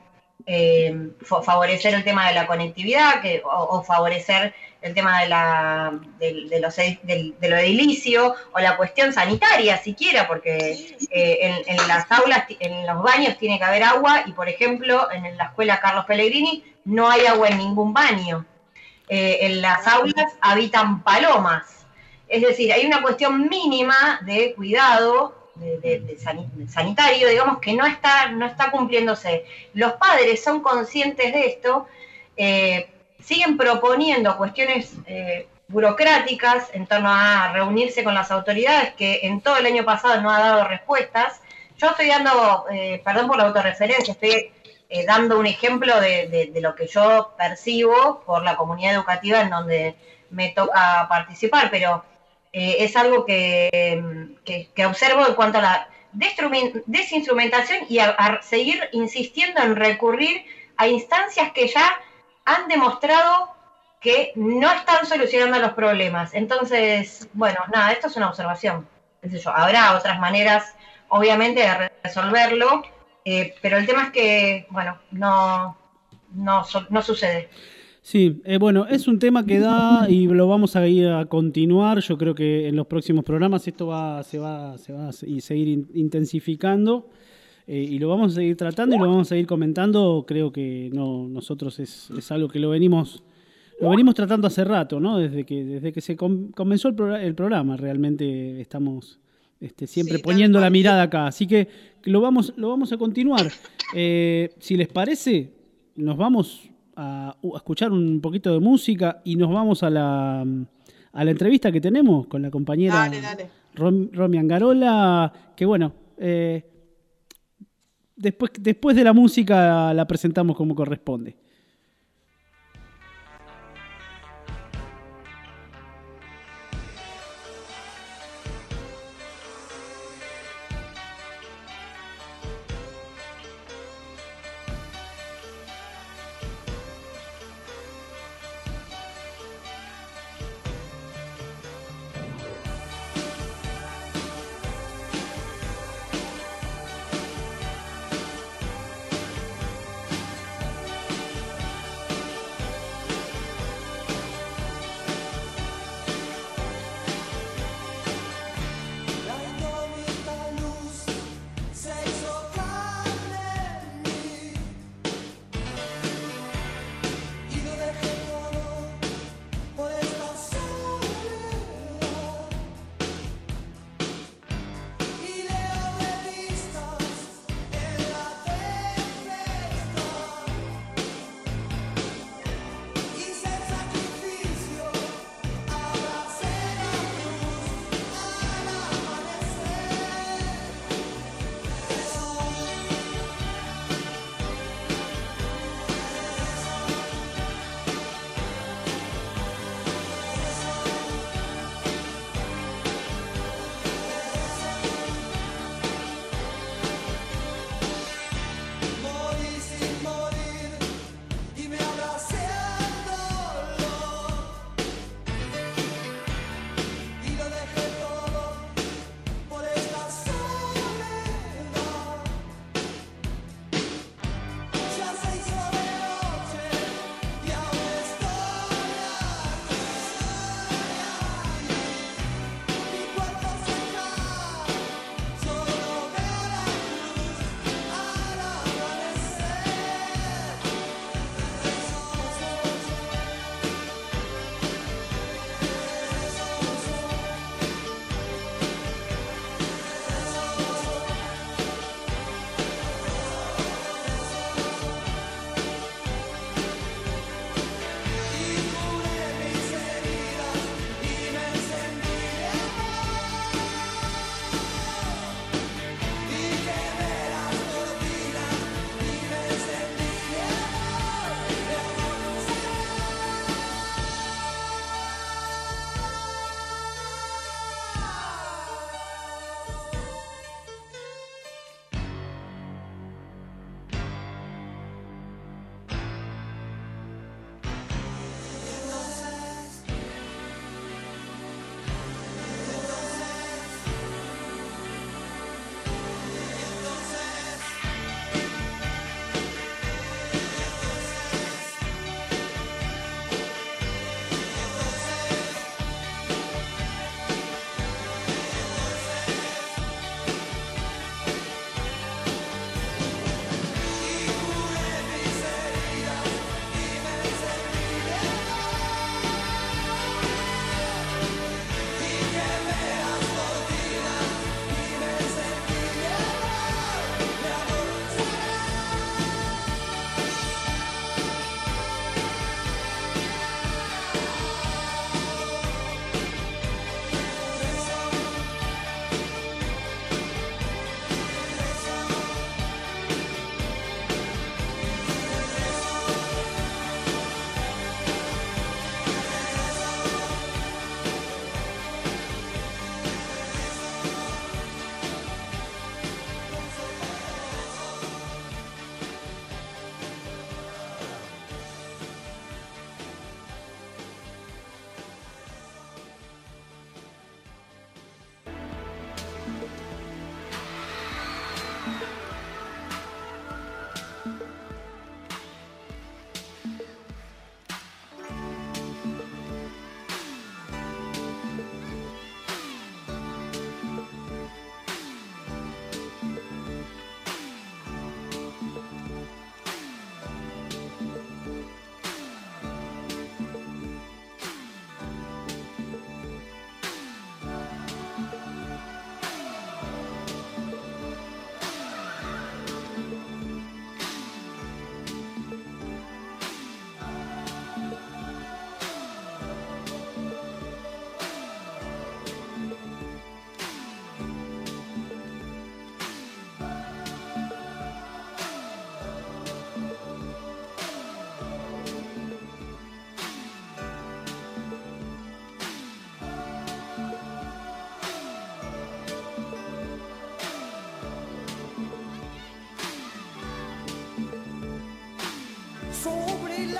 eh, favorecer el tema de la conectividad, que, o, o favorecer el tema de, la, de, de, los, de, de lo edilicio, o la cuestión sanitaria siquiera, porque eh, en, en las aulas, en los baños tiene que haber agua, y por ejemplo, en la escuela Carlos Pellegrini no hay agua en ningún baño. Eh, en las aulas habitan palomas. Es decir, hay una cuestión mínima de cuidado De, de, de sanitario, digamos, que no está, no está cumpliéndose. Los padres son conscientes de esto, eh, siguen proponiendo cuestiones eh, burocráticas en torno a reunirse con las autoridades, que en todo el año pasado no ha dado respuestas. Yo estoy dando, eh, perdón por la autorreferencia, estoy eh, dando un ejemplo de, de, de lo que yo percibo por la comunidad educativa en donde me toca participar, pero Eh, es algo que, que, que observo en cuanto a la desinstrumentación y a, a seguir insistiendo en recurrir a instancias que ya han demostrado que no están solucionando los problemas. Entonces, bueno, nada, esto es una observación. ¿Qué sé yo? Habrá otras maneras, obviamente, de resolverlo, eh, pero el tema es que, bueno, no, no, no sucede. Sí, eh, bueno, es un tema que da y lo vamos a ir a continuar. Yo creo que en los próximos programas esto va, se va, se va a seguir in, intensificando eh, y lo vamos a seguir tratando y lo vamos a seguir comentando. Creo que no, nosotros es, es algo que lo venimos, lo venimos tratando hace rato, ¿no? Desde que, desde que se com, comenzó el, pro, el programa, realmente estamos este, siempre sí, poniendo la mirada acá. Así que lo vamos, lo vamos a continuar. Eh, si les parece, nos vamos a escuchar un poquito de música y nos vamos a la, a la entrevista que tenemos con la compañera dale, dale. Rom, Romy Angarola, que bueno, eh, después, después de la música la presentamos como corresponde.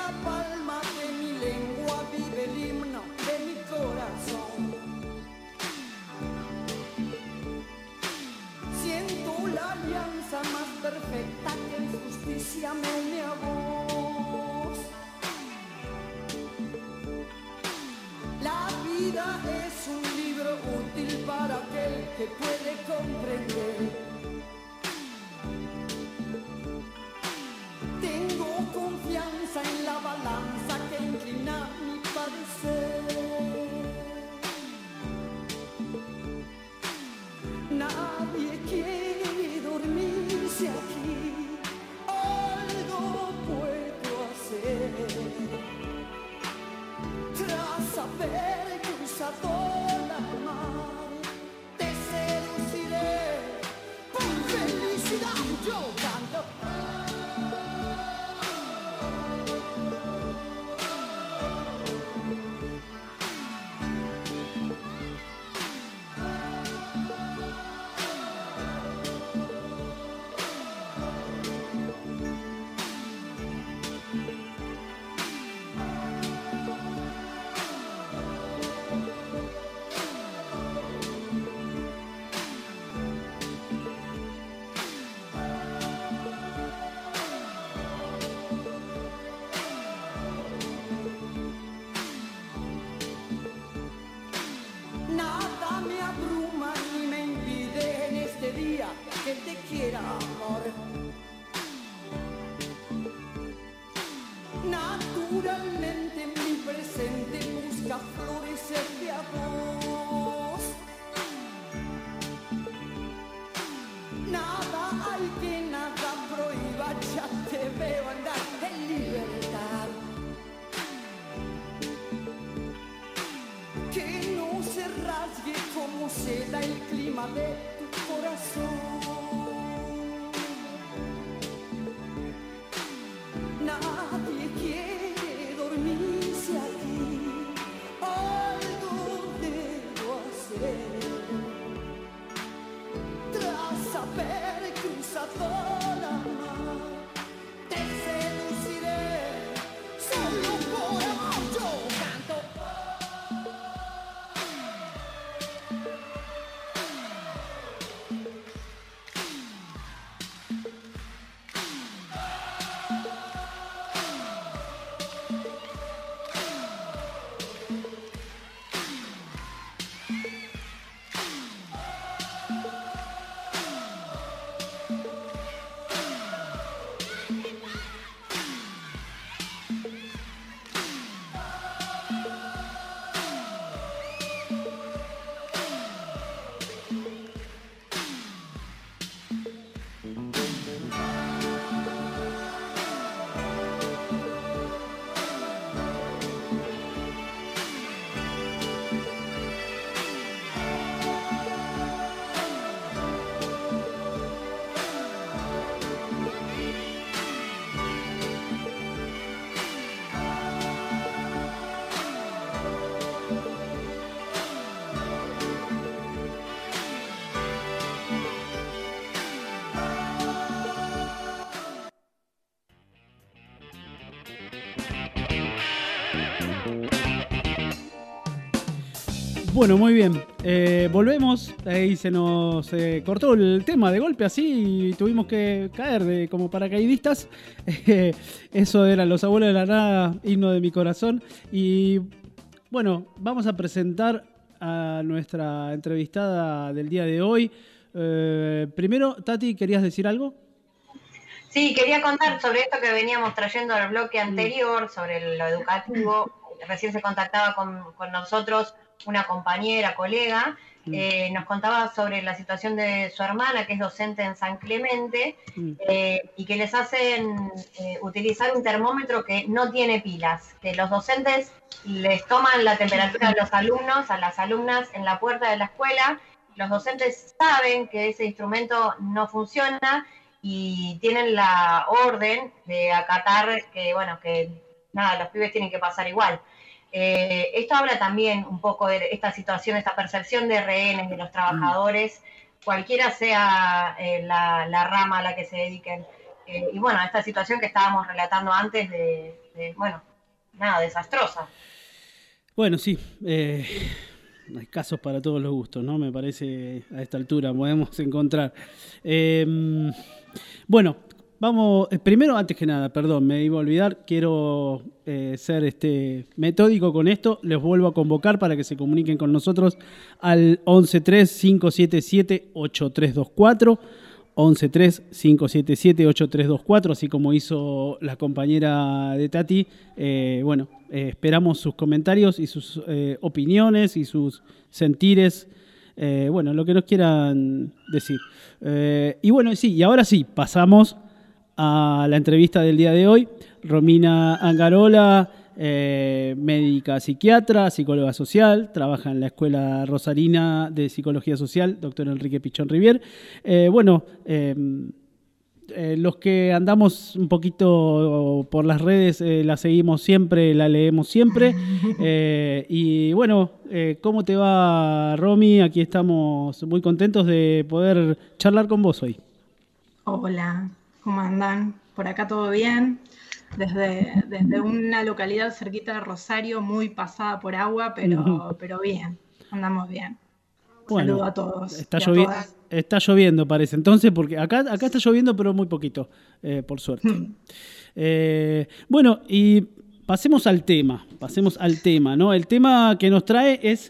la palma de mi lengua vive el himno de mi corazón. Siento la alianza más perfecta que en justicia me une a vos. La vida es un libro útil para aquel que puede comprender. Tengo confianza en la balanza que inclina mi padecer. Nadie quiere dormirse aquí, algo puedo hacer. Tras haber cruzado la mar, te seduciré por felicidad. Yo canto. Que te quiera, amor. Naturalmente mi presente busca florecerte a vos. Nada hay que nada prohíba, ya te veo andar en libertad. Que no se rasgue como seda el clima de tu corazón. Nadie quiere dormirse aquí, algo debo hacer. Tras haber cruzado la mar, te seduciré solo por amor. Yo canto. Bueno, muy bien. Eh, volvemos. Ahí se nos eh, cortó el tema de golpe así y tuvimos que caer de, como paracaidistas. Eh, eso eran Los Abuelos de la Nada, Himno de mi Corazón. Y bueno, vamos a presentar a nuestra entrevistada del día de hoy. Eh, primero, Tati, ¿querías decir algo? Sí, quería contar sobre esto que veníamos trayendo al bloque anterior, sobre lo educativo. Recién se contactaba con, con nosotros una compañera, colega, eh, nos contaba sobre la situación de su hermana, que es docente en San Clemente, eh, y que les hacen eh, utilizar un termómetro que no tiene pilas, que los docentes les toman la temperatura de los alumnos, a las alumnas en la puerta de la escuela. Los docentes saben que ese instrumento no funciona y tienen la orden de acatar que, bueno, que nada, los pibes tienen que pasar igual. Eh, esto habla también un poco de esta situación, esta percepción de rehenes de los trabajadores, cualquiera sea eh, la, la rama a la que se dediquen. Eh, y bueno, esta situación que estábamos relatando antes de, de bueno, nada, desastrosa. Bueno, sí, eh, hay casos para todos los gustos, ¿no? Me parece a esta altura podemos encontrar. Eh, bueno, vamos, primero, antes que nada, perdón, me iba a olvidar, quiero eh, ser este, metódico con esto, les vuelvo a convocar para que se comuniquen con nosotros al once tres cinco siete siete ocho tres dos cuatro, once tres cinco siete siete ocho tres dos cuatro, así como hizo la compañera de Tati. Eh, bueno, eh, esperamos sus comentarios y sus eh, opiniones y sus sentires, eh, bueno, lo que nos quieran decir. Eh, y bueno, sí, y ahora sí, pasamos a la entrevista del día de hoy. Romina Angarola, eh, médica psiquiatra, psicóloga social, trabaja en la Escuela Rosarina de Psicología Social, doctor Enrique Pichón Rivier. Eh, bueno, eh, eh, los que andamos un poquito por las redes, eh, la seguimos siempre, la leemos siempre. Eh, y bueno, eh, ¿cómo te va, Romy? Aquí estamos muy contentos de poder charlar con vos hoy. Hola, ¿cómo andan? Por acá todo bien. Desde, desde una localidad cerquita de Rosario, muy pasada por agua, pero, pero bien, andamos bien. Bueno, saludo a todos. Está, y a llovi todas. está lloviendo, parece. Entonces, porque acá, acá está lloviendo, pero muy poquito, eh, por suerte. eh, bueno, y pasemos al tema, pasemos al tema, ¿no? El tema que nos trae es,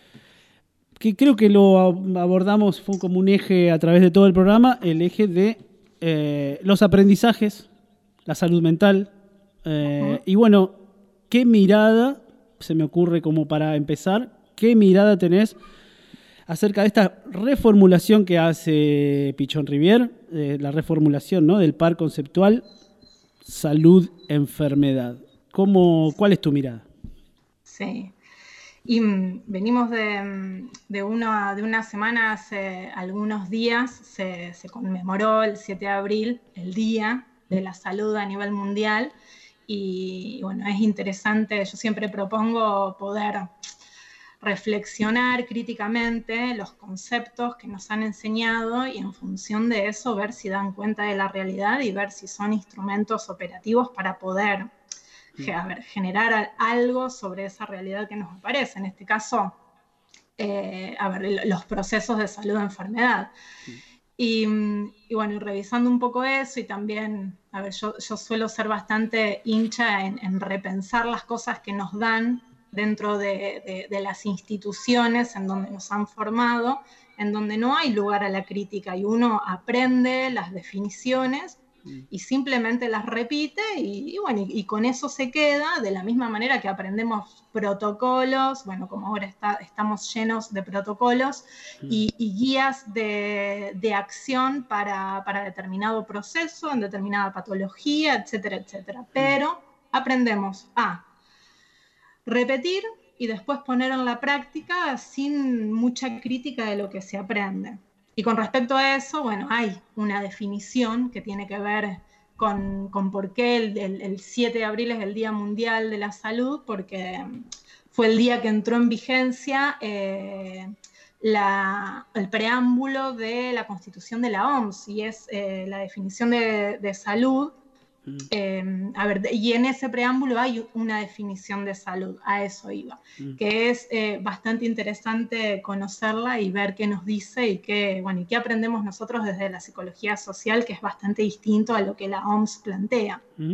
que creo que lo abordamos, fue como un eje a través de todo el programa, el eje de eh, los aprendizajes, la salud mental, eh, uh-huh. Y bueno, ¿qué mirada, se me ocurre como para empezar, qué mirada tenés acerca de esta reformulación que hace Pichón Rivier, eh, la reformulación, ¿no?, del par conceptual salud-enfermedad? ¿Cómo, cuál es tu mirada? Sí, y mm, venimos de, de, una, de una semana, hace algunos días, se, se conmemoró el siete de abril, el Día de la Salud a nivel mundial, y bueno, es interesante, yo siempre propongo poder reflexionar críticamente los conceptos que nos han enseñado y en función de eso ver si dan cuenta de la realidad y ver si son instrumentos operativos para poder a ver, generar algo sobre esa realidad que nos aparece, en este caso, eh, a ver, los procesos de salud-enfermedad. Y, y bueno, y revisando un poco eso y también, a ver, yo, yo suelo ser bastante hincha en, en repensar las cosas que nos dan dentro de, de, de las instituciones en donde nos han formado, en donde no hay lugar a la crítica y uno aprende las definiciones y simplemente las repite y, y bueno, y, y con eso se queda, de la misma manera que aprendemos protocolos, bueno, como ahora está, estamos llenos de protocolos y, y guías de, de acción para, para determinado proceso, en determinada patología, etcétera, etcétera. Pero aprendemos a repetir y después poner en la práctica sin mucha crítica de lo que se aprende. Y con respecto a eso, bueno, hay una definición que tiene que ver con, con por qué el, el, el siete de abril es el Día Mundial de la Salud, porque fue el día que entró en vigencia eh, la, el preámbulo de la Constitución de la O M S, y es eh, la definición de, de salud. Eh, a ver, y en ese preámbulo hay una definición de salud, a eso iba, mm. que es eh, bastante interesante conocerla y ver qué nos dice y qué, bueno, y qué aprendemos nosotros desde la psicología social, que es bastante distinto a lo que la O M S plantea. Mm.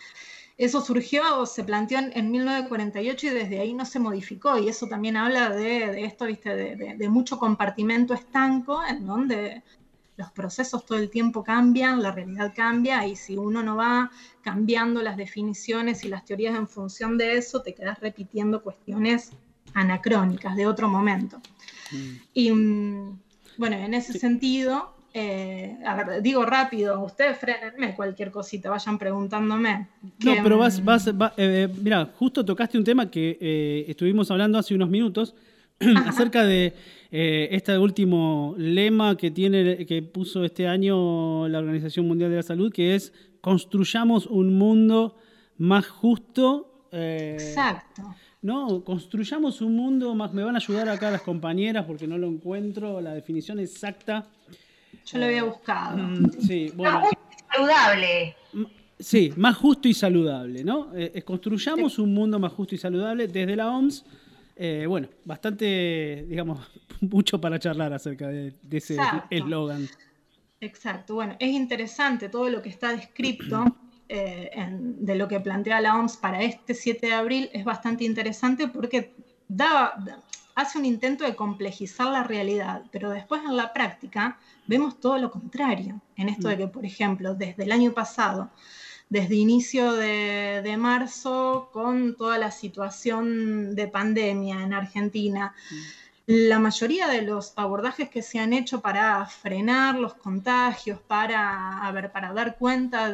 Eso surgió, se planteó en, en mil novecientos cuarenta y ocho y desde ahí no se modificó, y eso también habla de, de esto, ¿viste? De, de, de mucho compartimento estanco en donde los procesos todo el tiempo cambian, la realidad cambia, y si uno no va cambiando las definiciones y las teorías en función de eso, te quedas repitiendo cuestiones anacrónicas de otro momento. Mm. Y bueno, en ese sí. sentido, eh, a ver, digo rápido, ustedes frenenme cualquier cosita, vayan preguntándome. No, que, pero vas, vas, vas eh, mira, justo tocaste un tema que eh, estuvimos hablando hace unos minutos, acerca de eh, este último lema que tiene, que puso este año la Organización Mundial de la Salud, que es construyamos un mundo más justo. Eh, Exacto. No, construyamos un mundo más. Me van a ayudar acá las compañeras porque no lo encuentro, la definición exacta. Yo lo había buscado. Mm, sí, bueno. No, saludable. Sí, más justo y saludable, ¿no? Eh, construyamos sí. un mundo más justo y saludable desde la O M S. Eh, bueno, bastante, digamos, mucho para charlar acerca de, de ese eslogan. Exacto, bueno, es interesante todo lo que está descrito eh, en, de lo que plantea la O M S para este siete de abril, es bastante interesante porque da, hace un intento de complejizar la realidad, pero después en la práctica vemos todo lo contrario, en esto de que, por ejemplo, desde el año pasado, desde inicio de, de marzo, con toda la situación de pandemia en Argentina, mm. la mayoría de los abordajes que se han hecho para frenar los contagios, para, a ver, para dar cuenta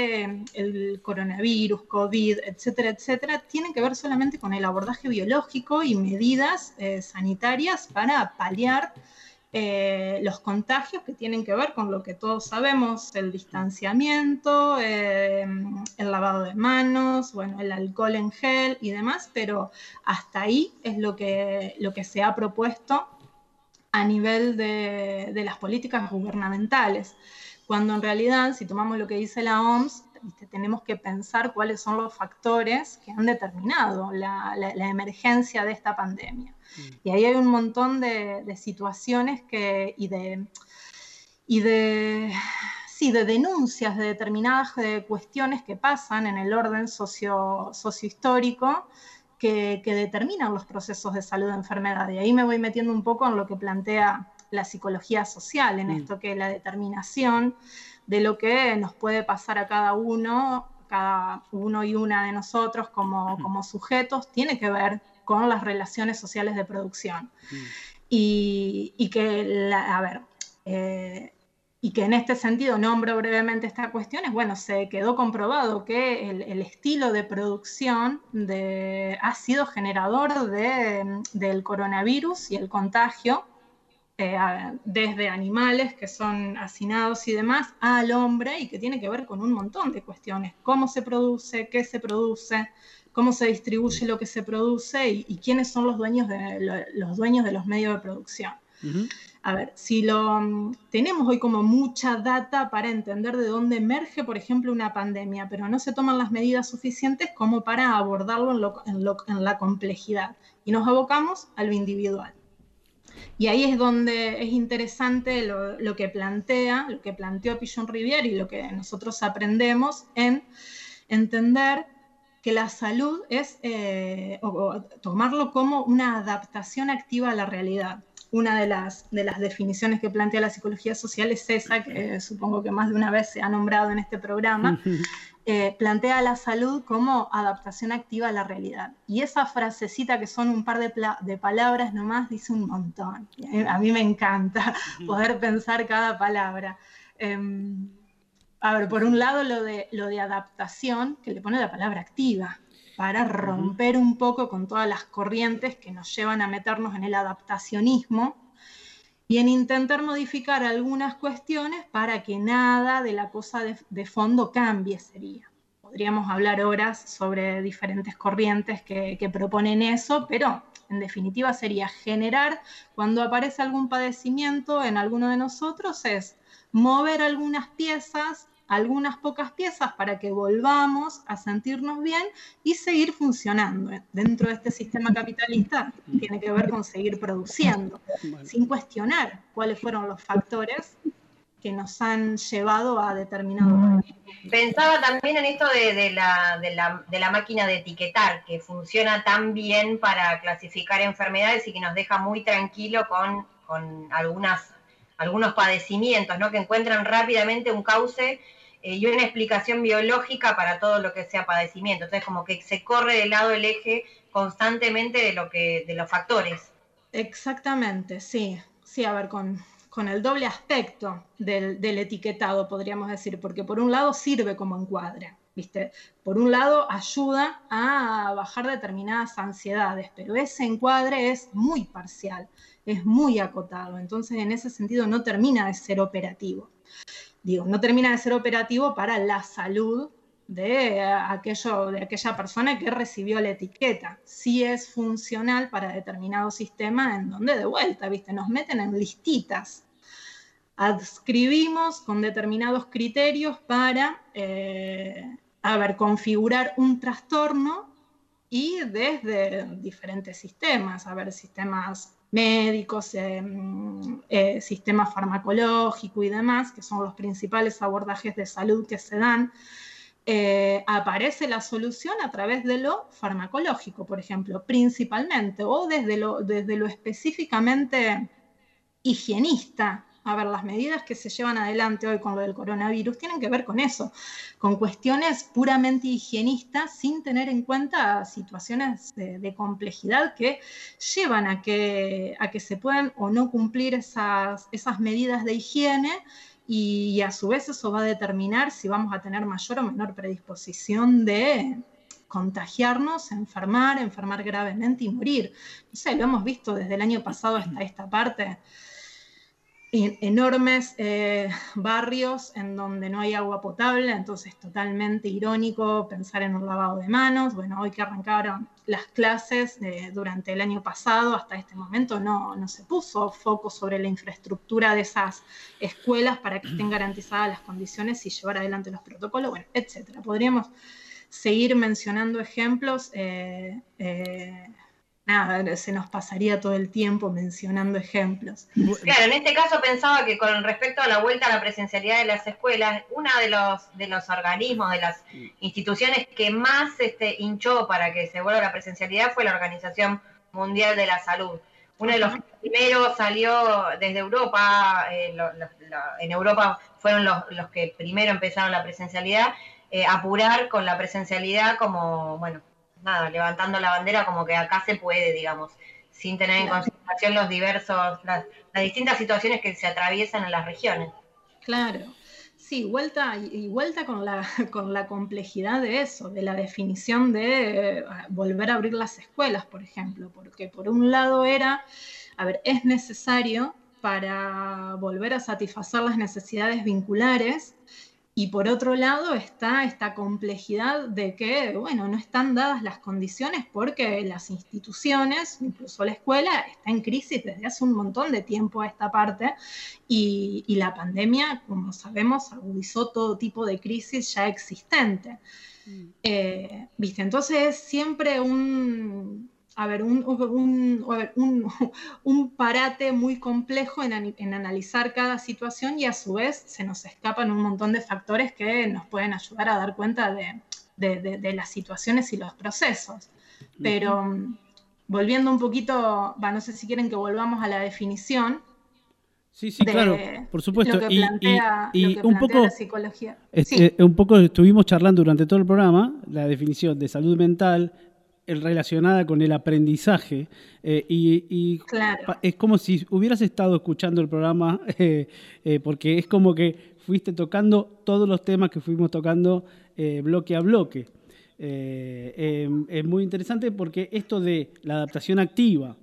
del coronavirus, COVID, etcétera, etcétera, tienen que ver solamente con el abordaje biológico y medidas eh, sanitarias para paliar Eh, los contagios que tienen que ver con lo que todos sabemos, el distanciamiento, eh, el lavado de manos, bueno, el alcohol en gel y demás, pero hasta ahí es lo que, lo que se ha propuesto a nivel de, de las políticas gubernamentales, cuando en realidad, si tomamos lo que dice la O M S, ¿viste? Tenemos que pensar cuáles son los factores que han determinado la, la, la emergencia de esta pandemia. Y ahí hay un montón de, de situaciones que, y, de, y de, sí, de denuncias de determinadas de cuestiones que pasan en el orden socio, sociohistórico que, que determinan los procesos de salud de enfermedad. Y ahí me voy metiendo un poco en lo que plantea la psicología social, en mm. esto que la determinación de lo que nos puede pasar a cada uno, cada uno y una de nosotros como, como sujetos, tiene que ver con las relaciones sociales de producción. Mm. Y, y que, la, a ver, eh, y que en este sentido nombro brevemente esta cuestión, es, bueno, se quedó comprobado que el, el estilo de producción de, ha sido generador de, del coronavirus y el contagio, eh, desde animales que son hacinados y demás, al hombre, y que tiene que ver con un montón de cuestiones, cómo se produce, qué se produce, cómo se distribuye lo que se produce y, y quiénes son los dueños, de, lo, los dueños de los medios de producción. Uh-huh. A ver, si lo tenemos hoy como mucha data para entender de dónde emerge, por ejemplo, una pandemia, pero no se toman las medidas suficientes como para abordarlo en, lo, en, lo, en la complejidad. Y nos abocamos a lo individual. Y ahí es donde es interesante lo, lo que plantea, lo que planteó Pillon-Rivière y lo que nosotros aprendemos en entender que la salud es eh, o, o tomarlo como una adaptación activa a la realidad. Una de las, de las definiciones que plantea la psicología social es esa, que supongo que más de una vez se ha nombrado en este programa, eh, plantea la salud como adaptación activa a la realidad. Y esa frasecita, que son un par de, de palabras nomás, dice un montón. A mí me encanta poder pensar cada palabra. Eh, A ver, por un lado lo de, lo de adaptación, que le pone la palabra activa, para romper un poco con todas las corrientes que nos llevan a meternos en el adaptacionismo y en intentar modificar algunas cuestiones para que nada de la cosa de, de fondo cambie, sería. Podríamos hablar horas sobre diferentes corrientes que, que proponen eso, pero en definitiva sería generar, cuando aparece algún padecimiento en alguno de nosotros, es mover algunas piezas, algunas pocas piezas para que volvamos a sentirnos bien y seguir funcionando. Dentro de este sistema capitalista tiene que ver con seguir produciendo, sin cuestionar cuáles fueron los factores que nos han llevado a determinado... Pensaba también en esto de, de, la, de, la, de la máquina de etiquetar, que funciona tan bien para clasificar enfermedades y que nos deja muy tranquilo con, con algunas, algunos padecimientos, ¿no? Que encuentran rápidamente un cauce eh, y una explicación biológica para todo lo que sea padecimiento. Entonces, como que se corre de lado el eje constantemente de, lo que, de los factores. Exactamente, sí. Sí, a ver, con... con el doble aspecto del, del etiquetado, podríamos decir, porque por un lado sirve como encuadre, ¿viste? Por un lado ayuda a bajar determinadas ansiedades, pero ese encuadre es muy parcial, es muy acotado, entonces en ese sentido no termina de ser operativo. Digo, no termina de ser operativo para la salud de, aquello, de aquella persona que recibió la etiqueta. Sí es funcional para determinado sistema en donde de vuelta, ¿viste? Nos meten en listitas. adscribimos con determinados criterios para, eh, a ver, configurar un trastorno y desde diferentes sistemas, a ver, sistemas médicos, eh, eh, sistema farmacológico y demás, que son los principales abordajes de salud que se dan, eh, aparece la solución a través de lo farmacológico, por ejemplo, principalmente, o desde lo, desde lo específicamente higienista. A ver, las medidas que se llevan adelante hoy con lo del coronavirus tienen que ver con eso, con cuestiones puramente higienistas sin tener en cuenta situaciones de, de complejidad que llevan a que, a que se puedan o no cumplir esas, esas medidas de higiene y, y a su vez eso va a determinar si vamos a tener mayor o menor predisposición de contagiarnos, enfermar, enfermar gravemente y morir. No sé, lo hemos visto desde el año pasado hasta esta parte. Enormes eh, barrios en donde no hay agua potable, entonces totalmente irónico pensar en un lavado de manos. Bueno, hoy que arrancaron las clases eh, durante el año pasado, hasta este momento no, no se puso foco sobre la infraestructura de esas escuelas para que estén garantizadas las condiciones y llevar adelante los protocolos, bueno, etcétera. Podríamos seguir mencionando ejemplos. Eh, eh, Nada, se nos pasaría todo el tiempo mencionando ejemplos. Claro, en este caso pensaba que con respecto a la vuelta a la presencialidad de las escuelas, uno de los, de los organismos, de las instituciones que más este, hinchó para que se vuelva a la presencialidad fue la Organización Mundial de la Salud. Uno de los primeros salió desde Europa, eh, lo, lo, lo, en Europa fueron los, los que primero empezaron la presencialidad, eh, apurar con la presencialidad como, bueno, nada, levantando la bandera como que acá se puede, digamos, sin tener en consideración los diversos, las, las distintas situaciones que se atraviesan en las regiones. Claro, sí, vuelta, y vuelta con la, con la complejidad de eso, de la definición de eh, volver a abrir las escuelas, por ejemplo, porque por un lado era, a ver, es necesario para volver a satisfacer las necesidades vinculares. Y por otro lado está esta complejidad de que, bueno, no están dadas las condiciones porque las instituciones, incluso la escuela, está en crisis desde hace un montón de tiempo a esta parte y, y la pandemia, como sabemos, agudizó todo tipo de crisis ya existente. Mm. Eh, ¿viste? Entonces es siempre un... A ver, un, un, un, un parate muy complejo en, en analizar cada situación y a su vez se nos escapan un montón de factores que nos pueden ayudar a dar cuenta de, de, de, de las situaciones y los procesos. Pero uh-huh. volviendo un poquito, bah, no sé si quieren que volvamos a la definición. Sí, sí, de, claro, por supuesto. Lo que plantea, y, y, y lo que un plantea poco, la psicología. Este, sí. Un poco estuvimos charlando durante todo el programa la definición de salud mental relacionada con el aprendizaje eh, y, y claro. Es como si hubieras estado escuchando el programa eh, eh, porque es como que fuiste tocando todos los temas que fuimos tocando eh, bloque a bloque. Eh, eh, es muy interesante porque esto de la adaptación activa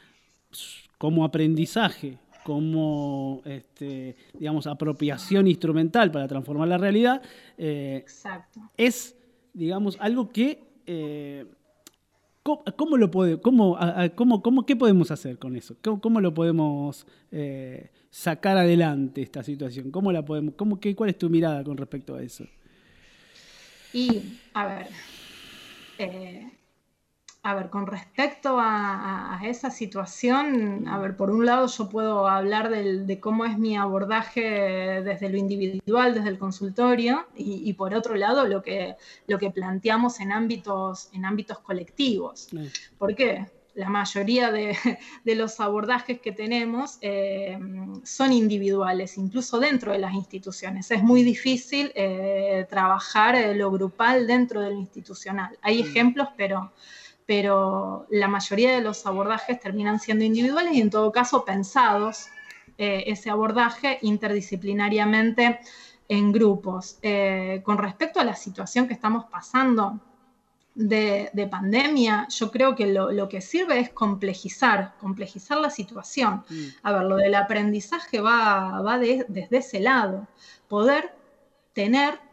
como aprendizaje, como este, digamos, apropiación instrumental para transformar la realidad, eh, Exacto. es, digamos, algo que eh, ¿Cómo, cómo lo puede, cómo, a, cómo, cómo, qué podemos hacer con eso? ¿Cómo, cómo lo podemos eh, sacar adelante esta situación? ¿Cómo la podemos, cómo, qué, cuál es tu mirada con respecto a eso? Y, a ver, eh, a ver, con respecto a, a esa situación, a ver, por un lado yo puedo hablar del, de cómo es mi abordaje desde lo individual, desde el consultorio, y, y por otro lado lo que, lo que planteamos en ámbitos, en ámbitos colectivos. Sí. ¿Por qué? La mayoría de, de los abordajes que tenemos eh, son individuales, incluso dentro de las instituciones. Es muy difícil eh, trabajar eh, lo grupal dentro de lo institucional. Hay sí. ejemplos, pero... pero la mayoría de los abordajes terminan siendo individuales y en todo caso pensados eh, ese abordaje interdisciplinariamente en grupos. Eh, con respecto a la situación que estamos pasando de, de pandemia, yo creo que lo, lo que sirve es complejizar, complejizar la situación. Mm. A ver, lo del aprendizaje va, va de, desde ese lado, poder tener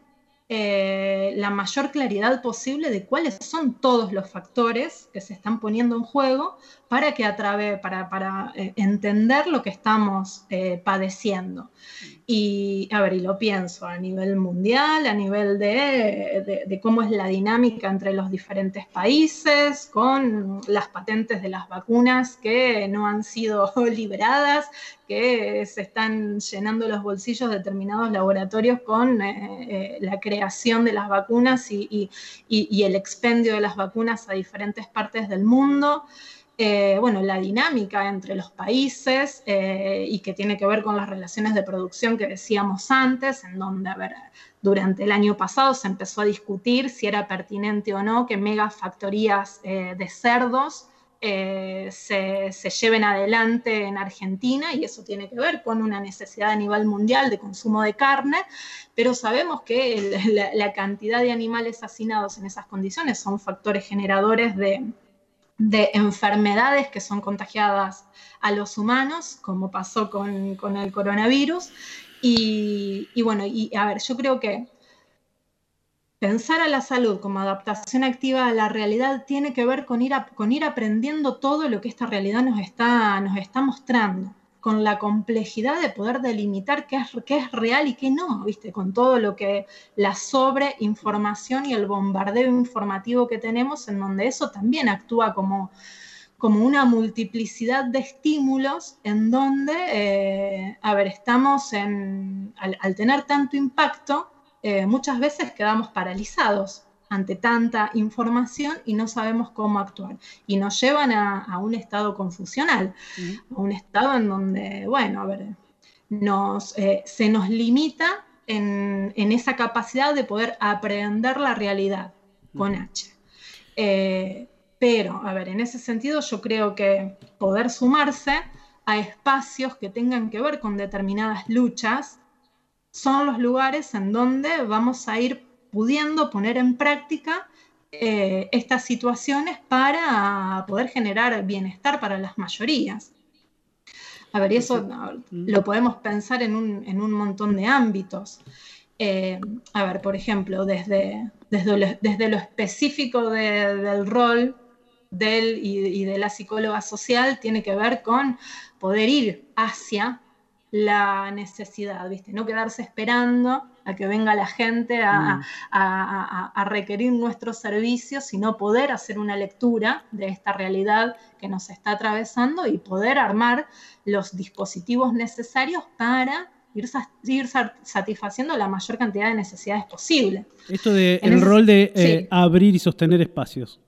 eh, la mayor claridad posible de cuáles son todos los factores que se están poniendo en juego para que a través, para, para eh, entender lo que estamos eh, padeciendo. Y, a ver, y lo pienso a nivel mundial, a nivel de, de, de cómo es la dinámica entre los diferentes países, con las patentes de las vacunas que no han sido liberadas, que se están llenando los bolsillos de determinados laboratorios con eh, eh, la creación de las vacunas y, y, y, y el expendio de las vacunas a diferentes partes del mundo. Eh, bueno, la dinámica entre los países eh, y que tiene que ver con las relaciones de producción que decíamos antes, en donde, a ver, durante el año pasado se empezó a discutir si era pertinente o no que megafactorías eh, de cerdos eh, se, se lleven adelante en Argentina, y eso tiene que ver con una necesidad a nivel mundial de consumo de carne, pero sabemos que el, la, la cantidad de animales hacinados en esas condiciones son factores generadores de de enfermedades que son contagiadas a los humanos, como pasó con, con el coronavirus. Y, y bueno, y a ver, yo creo que pensar a la salud como adaptación activa a la realidad tiene que ver con ir, a, con ir aprendiendo todo lo que esta realidad nos está, nos está mostrando, con la complejidad de poder delimitar qué es, qué es real y qué no, ¿viste? Con todo lo que la sobreinformación y el bombardeo informativo que tenemos, en donde eso también actúa como, como una multiplicidad de estímulos, en donde, eh, a ver, estamos en, al, al tener tanto impacto, eh, muchas veces quedamos paralizados ante tanta información y no sabemos cómo actuar. Y nos llevan a, a un estado confusional, uh-huh. a un estado en donde, bueno, a ver, nos, eh, se nos limita en, en esa capacidad de poder aprender la realidad, con uh-huh. H. Eh, pero, a ver, en ese sentido yo creo que poder sumarse a espacios que tengan que ver con determinadas luchas son los lugares en donde vamos a ir pudiendo poner en práctica eh, estas situaciones para poder generar bienestar para las mayorías. A ver, y eso no, lo podemos pensar en un, en un montón de ámbitos. Eh, a ver, por ejemplo, desde, desde, lo, desde lo específico de, del rol del y, y de la psicóloga social, tiene que ver con poder ir hacia la necesidad, ¿viste? No quedarse esperando a que venga la gente a, mm. a, a, a requerir nuestros servicios, sino poder hacer una lectura de esta realidad que nos está atravesando y poder armar los dispositivos necesarios para ir, ir satisfaciendo la mayor cantidad de necesidades posible. Esto de el ese, rol de eh, sí. abrir y sostener espacios.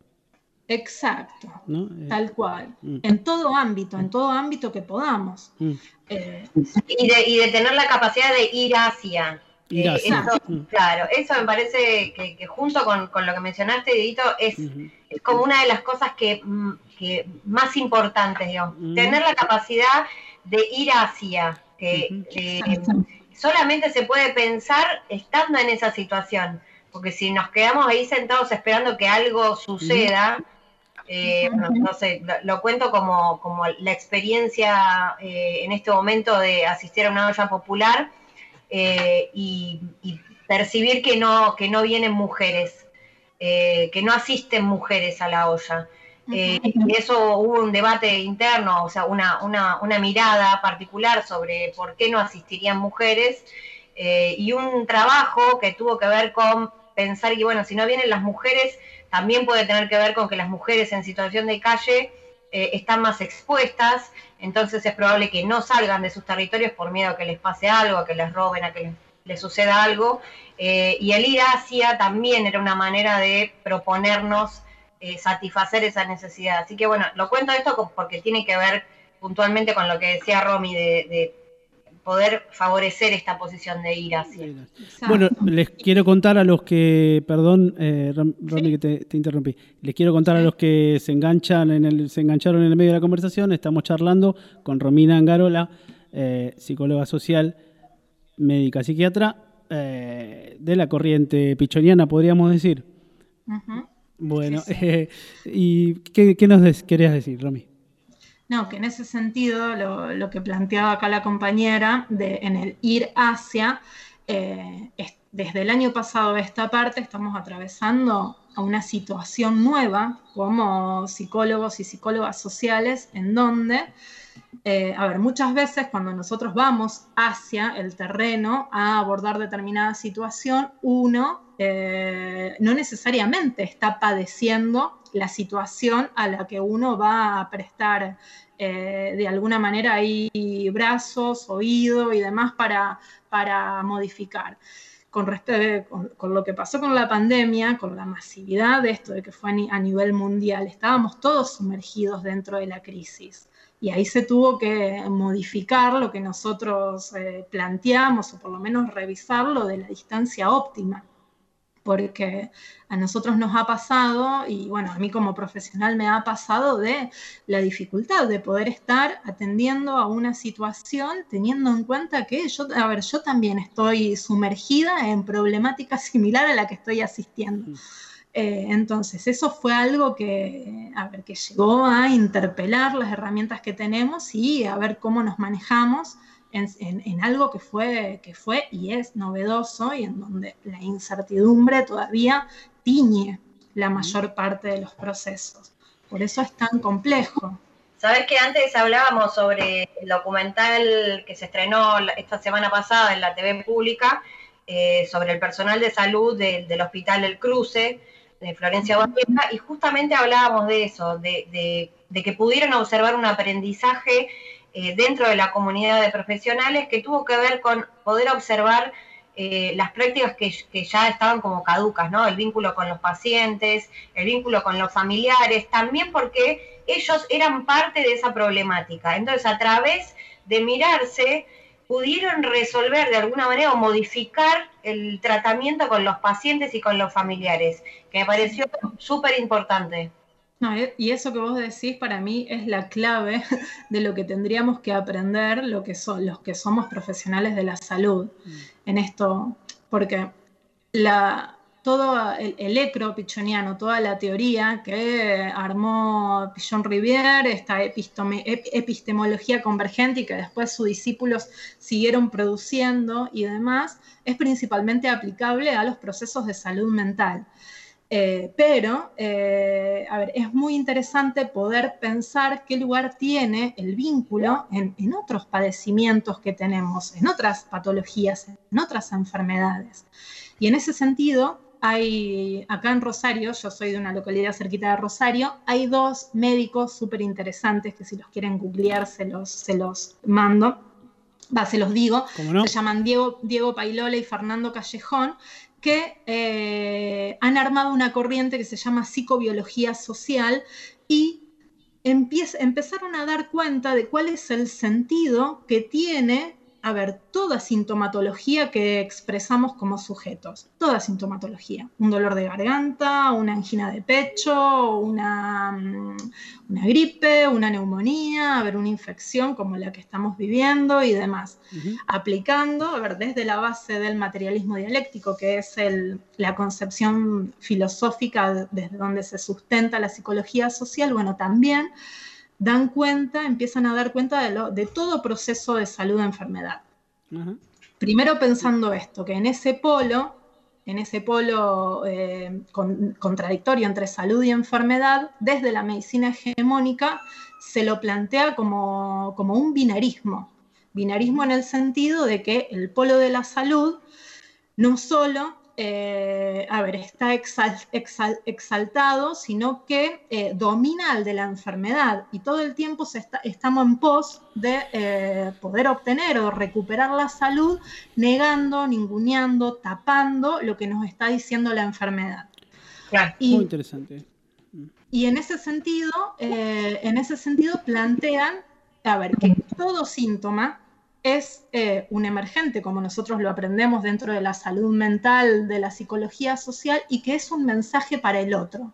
Exacto, ¿no? eh, tal cual. Mm. En todo ámbito, en todo ámbito que podamos. Mm. Eh, y, de, y de tener la capacidad de ir hacia. Ir hacia. Eh, eso, mm. Claro, eso me parece que, que junto con, con lo que mencionaste, Dieguito, es, uh-huh. es como una de las cosas que, que más importantes, digamos. Uh-huh. Tener la capacidad de ir hacia. Que, uh-huh. eh, solamente se puede pensar estando en esa situación. Porque si nos quedamos ahí sentados esperando que algo suceda, uh-huh. eh, no, no sé, lo, lo cuento como, como la experiencia eh, en este momento de asistir a una olla popular eh, y, y percibir que no, que no vienen mujeres, eh, que no asisten mujeres a la olla. Eh, uh-huh. Y eso hubo un debate interno, o sea, una, una, una mirada particular sobre por qué no asistirían mujeres eh, y un trabajo que tuvo que ver con pensar que, bueno, si no vienen las mujeres, también puede tener que ver con que las mujeres en situación de calle eh, están más expuestas, entonces es probable que no salgan de sus territorios por miedo a que les pase algo, a que les roben, a que les, les suceda algo, eh, y el ir hacia también era una manera de proponernos eh, satisfacer esa necesidad. Así que bueno, lo cuento esto porque tiene que ver puntualmente con lo que decía Romy de, de poder favorecer esta posición de ir hacia. Bueno, les quiero contar a los que, perdón, eh, Romy, ¿sí? que te, te interrumpí, les quiero contar a los que se enganchan en el, se engancharon en el medio de la conversación. Estamos charlando con Romina Angarola, eh, psicóloga social, médica psiquiatra, eh, de la corriente pichoniana, podríamos decir. Uh-huh. Bueno, sí, sí. Eh, ¿y qué, qué nos des, querías decir, Romy? No, que en ese sentido lo, lo que planteaba acá la compañera de, en el ir hacia, eh, es, desde el año pasado a esta parte estamos atravesando a una situación nueva como psicólogos y psicólogas sociales en donde, eh, a ver, muchas veces cuando nosotros vamos hacia el terreno a abordar determinada situación, uno eh, no necesariamente está padeciendo la situación a la que uno va a prestar eh, de alguna manera ahí brazos, oído y demás para, para modificar. Con, con, con lo que pasó con la pandemia, con la masividad de esto, de que fue a, ni, a nivel mundial, estábamos todos sumergidos dentro de la crisis. Y ahí se tuvo que modificar lo que nosotros eh, planteamos, o por lo menos revisarlo de la distancia óptima. Porque a nosotros nos ha pasado, y bueno, a mí como profesional me ha pasado de la dificultad de poder estar atendiendo a una situación teniendo en cuenta que yo, a ver, yo también estoy sumergida en problemática similar a la que estoy asistiendo. Eh, entonces, eso fue algo que, a ver, que llegó a interpelar las herramientas que tenemos y a ver cómo nos manejamos En, en, en algo que fue, que fue y es novedoso y en donde la incertidumbre todavía tiñe la mayor parte de los procesos. Por eso es tan complejo. Sabés que antes hablábamos sobre el documental que se estrenó esta semana pasada en la T V pública eh, sobre el personal de salud de, del Hospital El Cruce, de Florencia Varela, y justamente hablábamos de eso, de, de, de que pudieron observar un aprendizaje Eh, dentro de la comunidad de profesionales que tuvo que ver con poder observar eh, las prácticas que, que ya estaban como caducas, ¿no? El vínculo con los pacientes, el vínculo con los familiares, también porque ellos eran parte de esa problemática. Entonces, a través de mirarse, pudieron resolver de alguna manera o modificar el tratamiento con los pacientes y con los familiares, que me pareció súper importante. No, y eso que vos decís para mí es la clave de lo que tendríamos que aprender lo que son, los que somos profesionales de la salud mm. en esto, porque la, todo el, el ecro-pichoniano, toda la teoría que armó Pichon-Rivière, esta epistome, epistemología convergente y que después sus discípulos siguieron produciendo y demás, es principalmente aplicable a los procesos de salud mental. Eh, pero, eh, a ver, es muy interesante poder pensar qué lugar tiene el vínculo en, en otros padecimientos que tenemos, en otras patologías, en otras enfermedades. Y en ese sentido, hay, acá en Rosario, yo soy de una localidad cerquita de Rosario, hay dos médicos súper interesantes que si los quieren googlear se los, se los mando, va, se los digo, ¿no? Se llaman Diego, Diego Pailola y Fernando Callejón, que eh, han armado una corriente que se llama psicobiología social y empieza, empezaron a dar cuenta de cuál es el sentido que tiene, a ver, toda sintomatología que expresamos como sujetos, toda sintomatología, un dolor de garganta, una angina de pecho, una, una gripe, una neumonía, a ver, una infección como la que estamos viviendo y demás, uh-huh. aplicando, a ver, desde la base del materialismo dialéctico, que es el, la concepción filosófica desde donde se sustenta la psicología social, bueno, también dan cuenta, empiezan a dar cuenta de, lo, de todo proceso de salud-enfermedad. Uh-huh. Primero pensando esto, que en ese polo, en ese polo eh, con, contradictorio entre salud y enfermedad, desde la medicina hegemónica se lo plantea como, como un binarismo. Binarismo en el sentido de que el polo de la salud no solo Eh, a ver, está exal, exal, exaltado, sino que eh, domina al de la enfermedad y todo el tiempo se está, estamos en pos de eh, poder obtener o recuperar la salud, negando, ninguneando, tapando lo que nos está diciendo la enfermedad. Claro, y, muy interesante. Y en ese sentido, eh, en ese sentido plantean, a ver, que todo síntoma es eh, un emergente, como nosotros lo aprendemos dentro de la salud mental, de la psicología social, y que es un mensaje para el otro.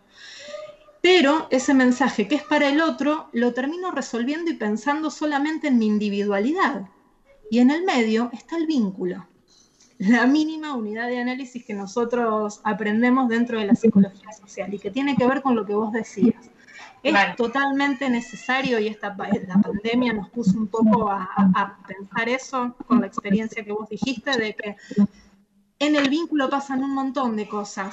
Pero ese mensaje que es para el otro, lo termino resolviendo y pensando solamente en mi individualidad. Y en el medio está el vínculo, la mínima unidad de análisis que nosotros aprendemos dentro de la psicología social y que tiene que ver con lo que vos decías. Es vale. totalmente necesario y esta, la pandemia nos puso un poco a, a pensar eso con la experiencia que vos dijiste de que en el vínculo pasan un montón de cosas.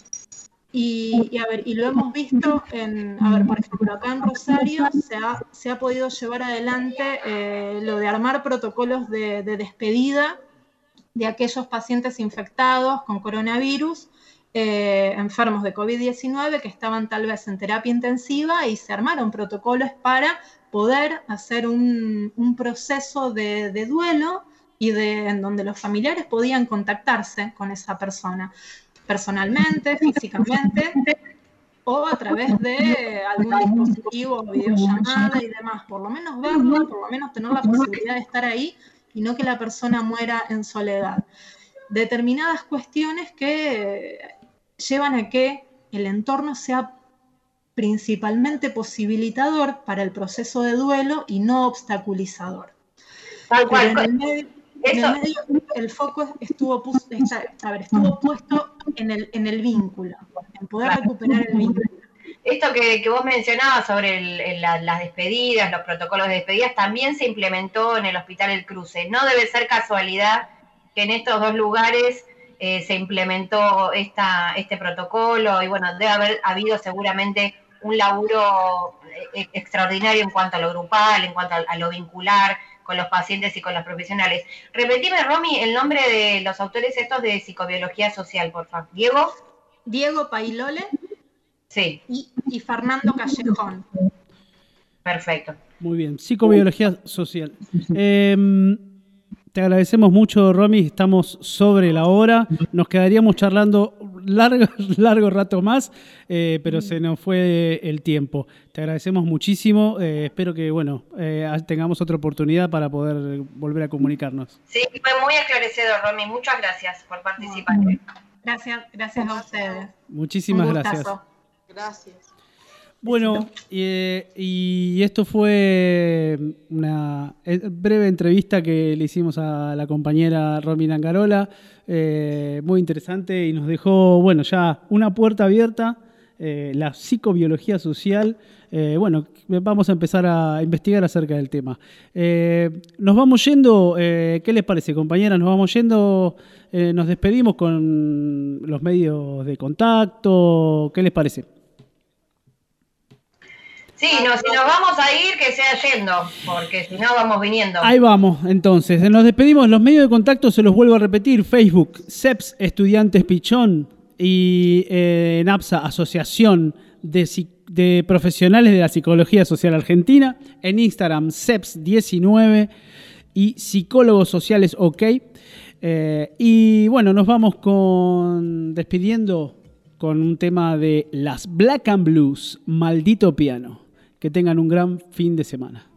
Y, y, a ver, y lo hemos visto en, a ver, por ejemplo, acá en Rosario se ha, se ha podido llevar adelante eh, lo de armar protocolos de, de despedida de aquellos pacientes infectados con coronavirus, eh, enfermos de COVID diecinueve que estaban tal vez en terapia intensiva, y se armaron protocolos para poder hacer un, un proceso de, de duelo y de, en donde los familiares podían contactarse con esa persona personalmente, físicamente, o a través de algún dispositivo, videollamada y demás. Por lo menos verlo, por lo menos tener la posibilidad de estar ahí y no que la persona muera en soledad. Determinadas cuestiones que llevan a que el entorno sea principalmente posibilitador para el proceso de duelo y no obstaculizador. Tal cual. En el medio, en el, medio, el foco estuvo, pus, está, a ver, estuvo puesto en el, en el vínculo, en poder recuperar el vínculo. Esto que, que vos mencionabas sobre el, el, la, las despedidas, los protocolos de despedidas, también se implementó en el Hospital El Cruce. No debe ser casualidad que en estos dos lugares eh, se implementó esta, este protocolo, y bueno, debe haber habido seguramente un laburo eh, extraordinario en cuanto a lo grupal, en cuanto a, a lo vincular con los pacientes y con los profesionales. Repetime, Romy, el nombre de los autores estos de psicobiología social, por favor. ¿Diego? Diego Pailole. Sí. Y, y Fernando Callejón. Perfecto. Muy bien, psicobiología social. Eh, te agradecemos mucho, Romy, estamos sobre la hora. Nos quedaríamos charlando largo, largo rato más, eh, pero se nos fue el tiempo. Te agradecemos muchísimo. Eh, espero que bueno eh, tengamos otra oportunidad para poder volver a comunicarnos. Sí, fue muy esclarecedor, Romy. Muchas gracias por participar. Gracias, gracias a ustedes. Muchísimas gracias. Gracias. Bueno, y, y esto fue una breve entrevista que le hicimos a la compañera Romy Langarola, eh, muy interesante, y nos dejó, bueno, ya una puerta abierta, eh, la psicobiología social. Eh, bueno, vamos a empezar a investigar acerca del tema. Eh, nos vamos yendo, eh, ¿qué les parece, compañeras? Nos vamos yendo, eh, nos despedimos con los medios de contacto, ¿qué les parece? Sí, no, si nos vamos a ir, que sea yendo, porque si no vamos viniendo. Ahí vamos, entonces. Nos despedimos. Los medios de contacto, se los vuelvo a repetir. Facebook, C E P S Estudiantes Pichón, y eh, NAPSA, Asociación de, de Profesionales de la Psicología Social Argentina. En Instagram, C E P S diecinueve y Psicólogos Sociales OK. Eh, y bueno, nos vamos con despidiendo con un tema de las Black and Blues, Maldito Piano. Que tengan un gran fin de semana.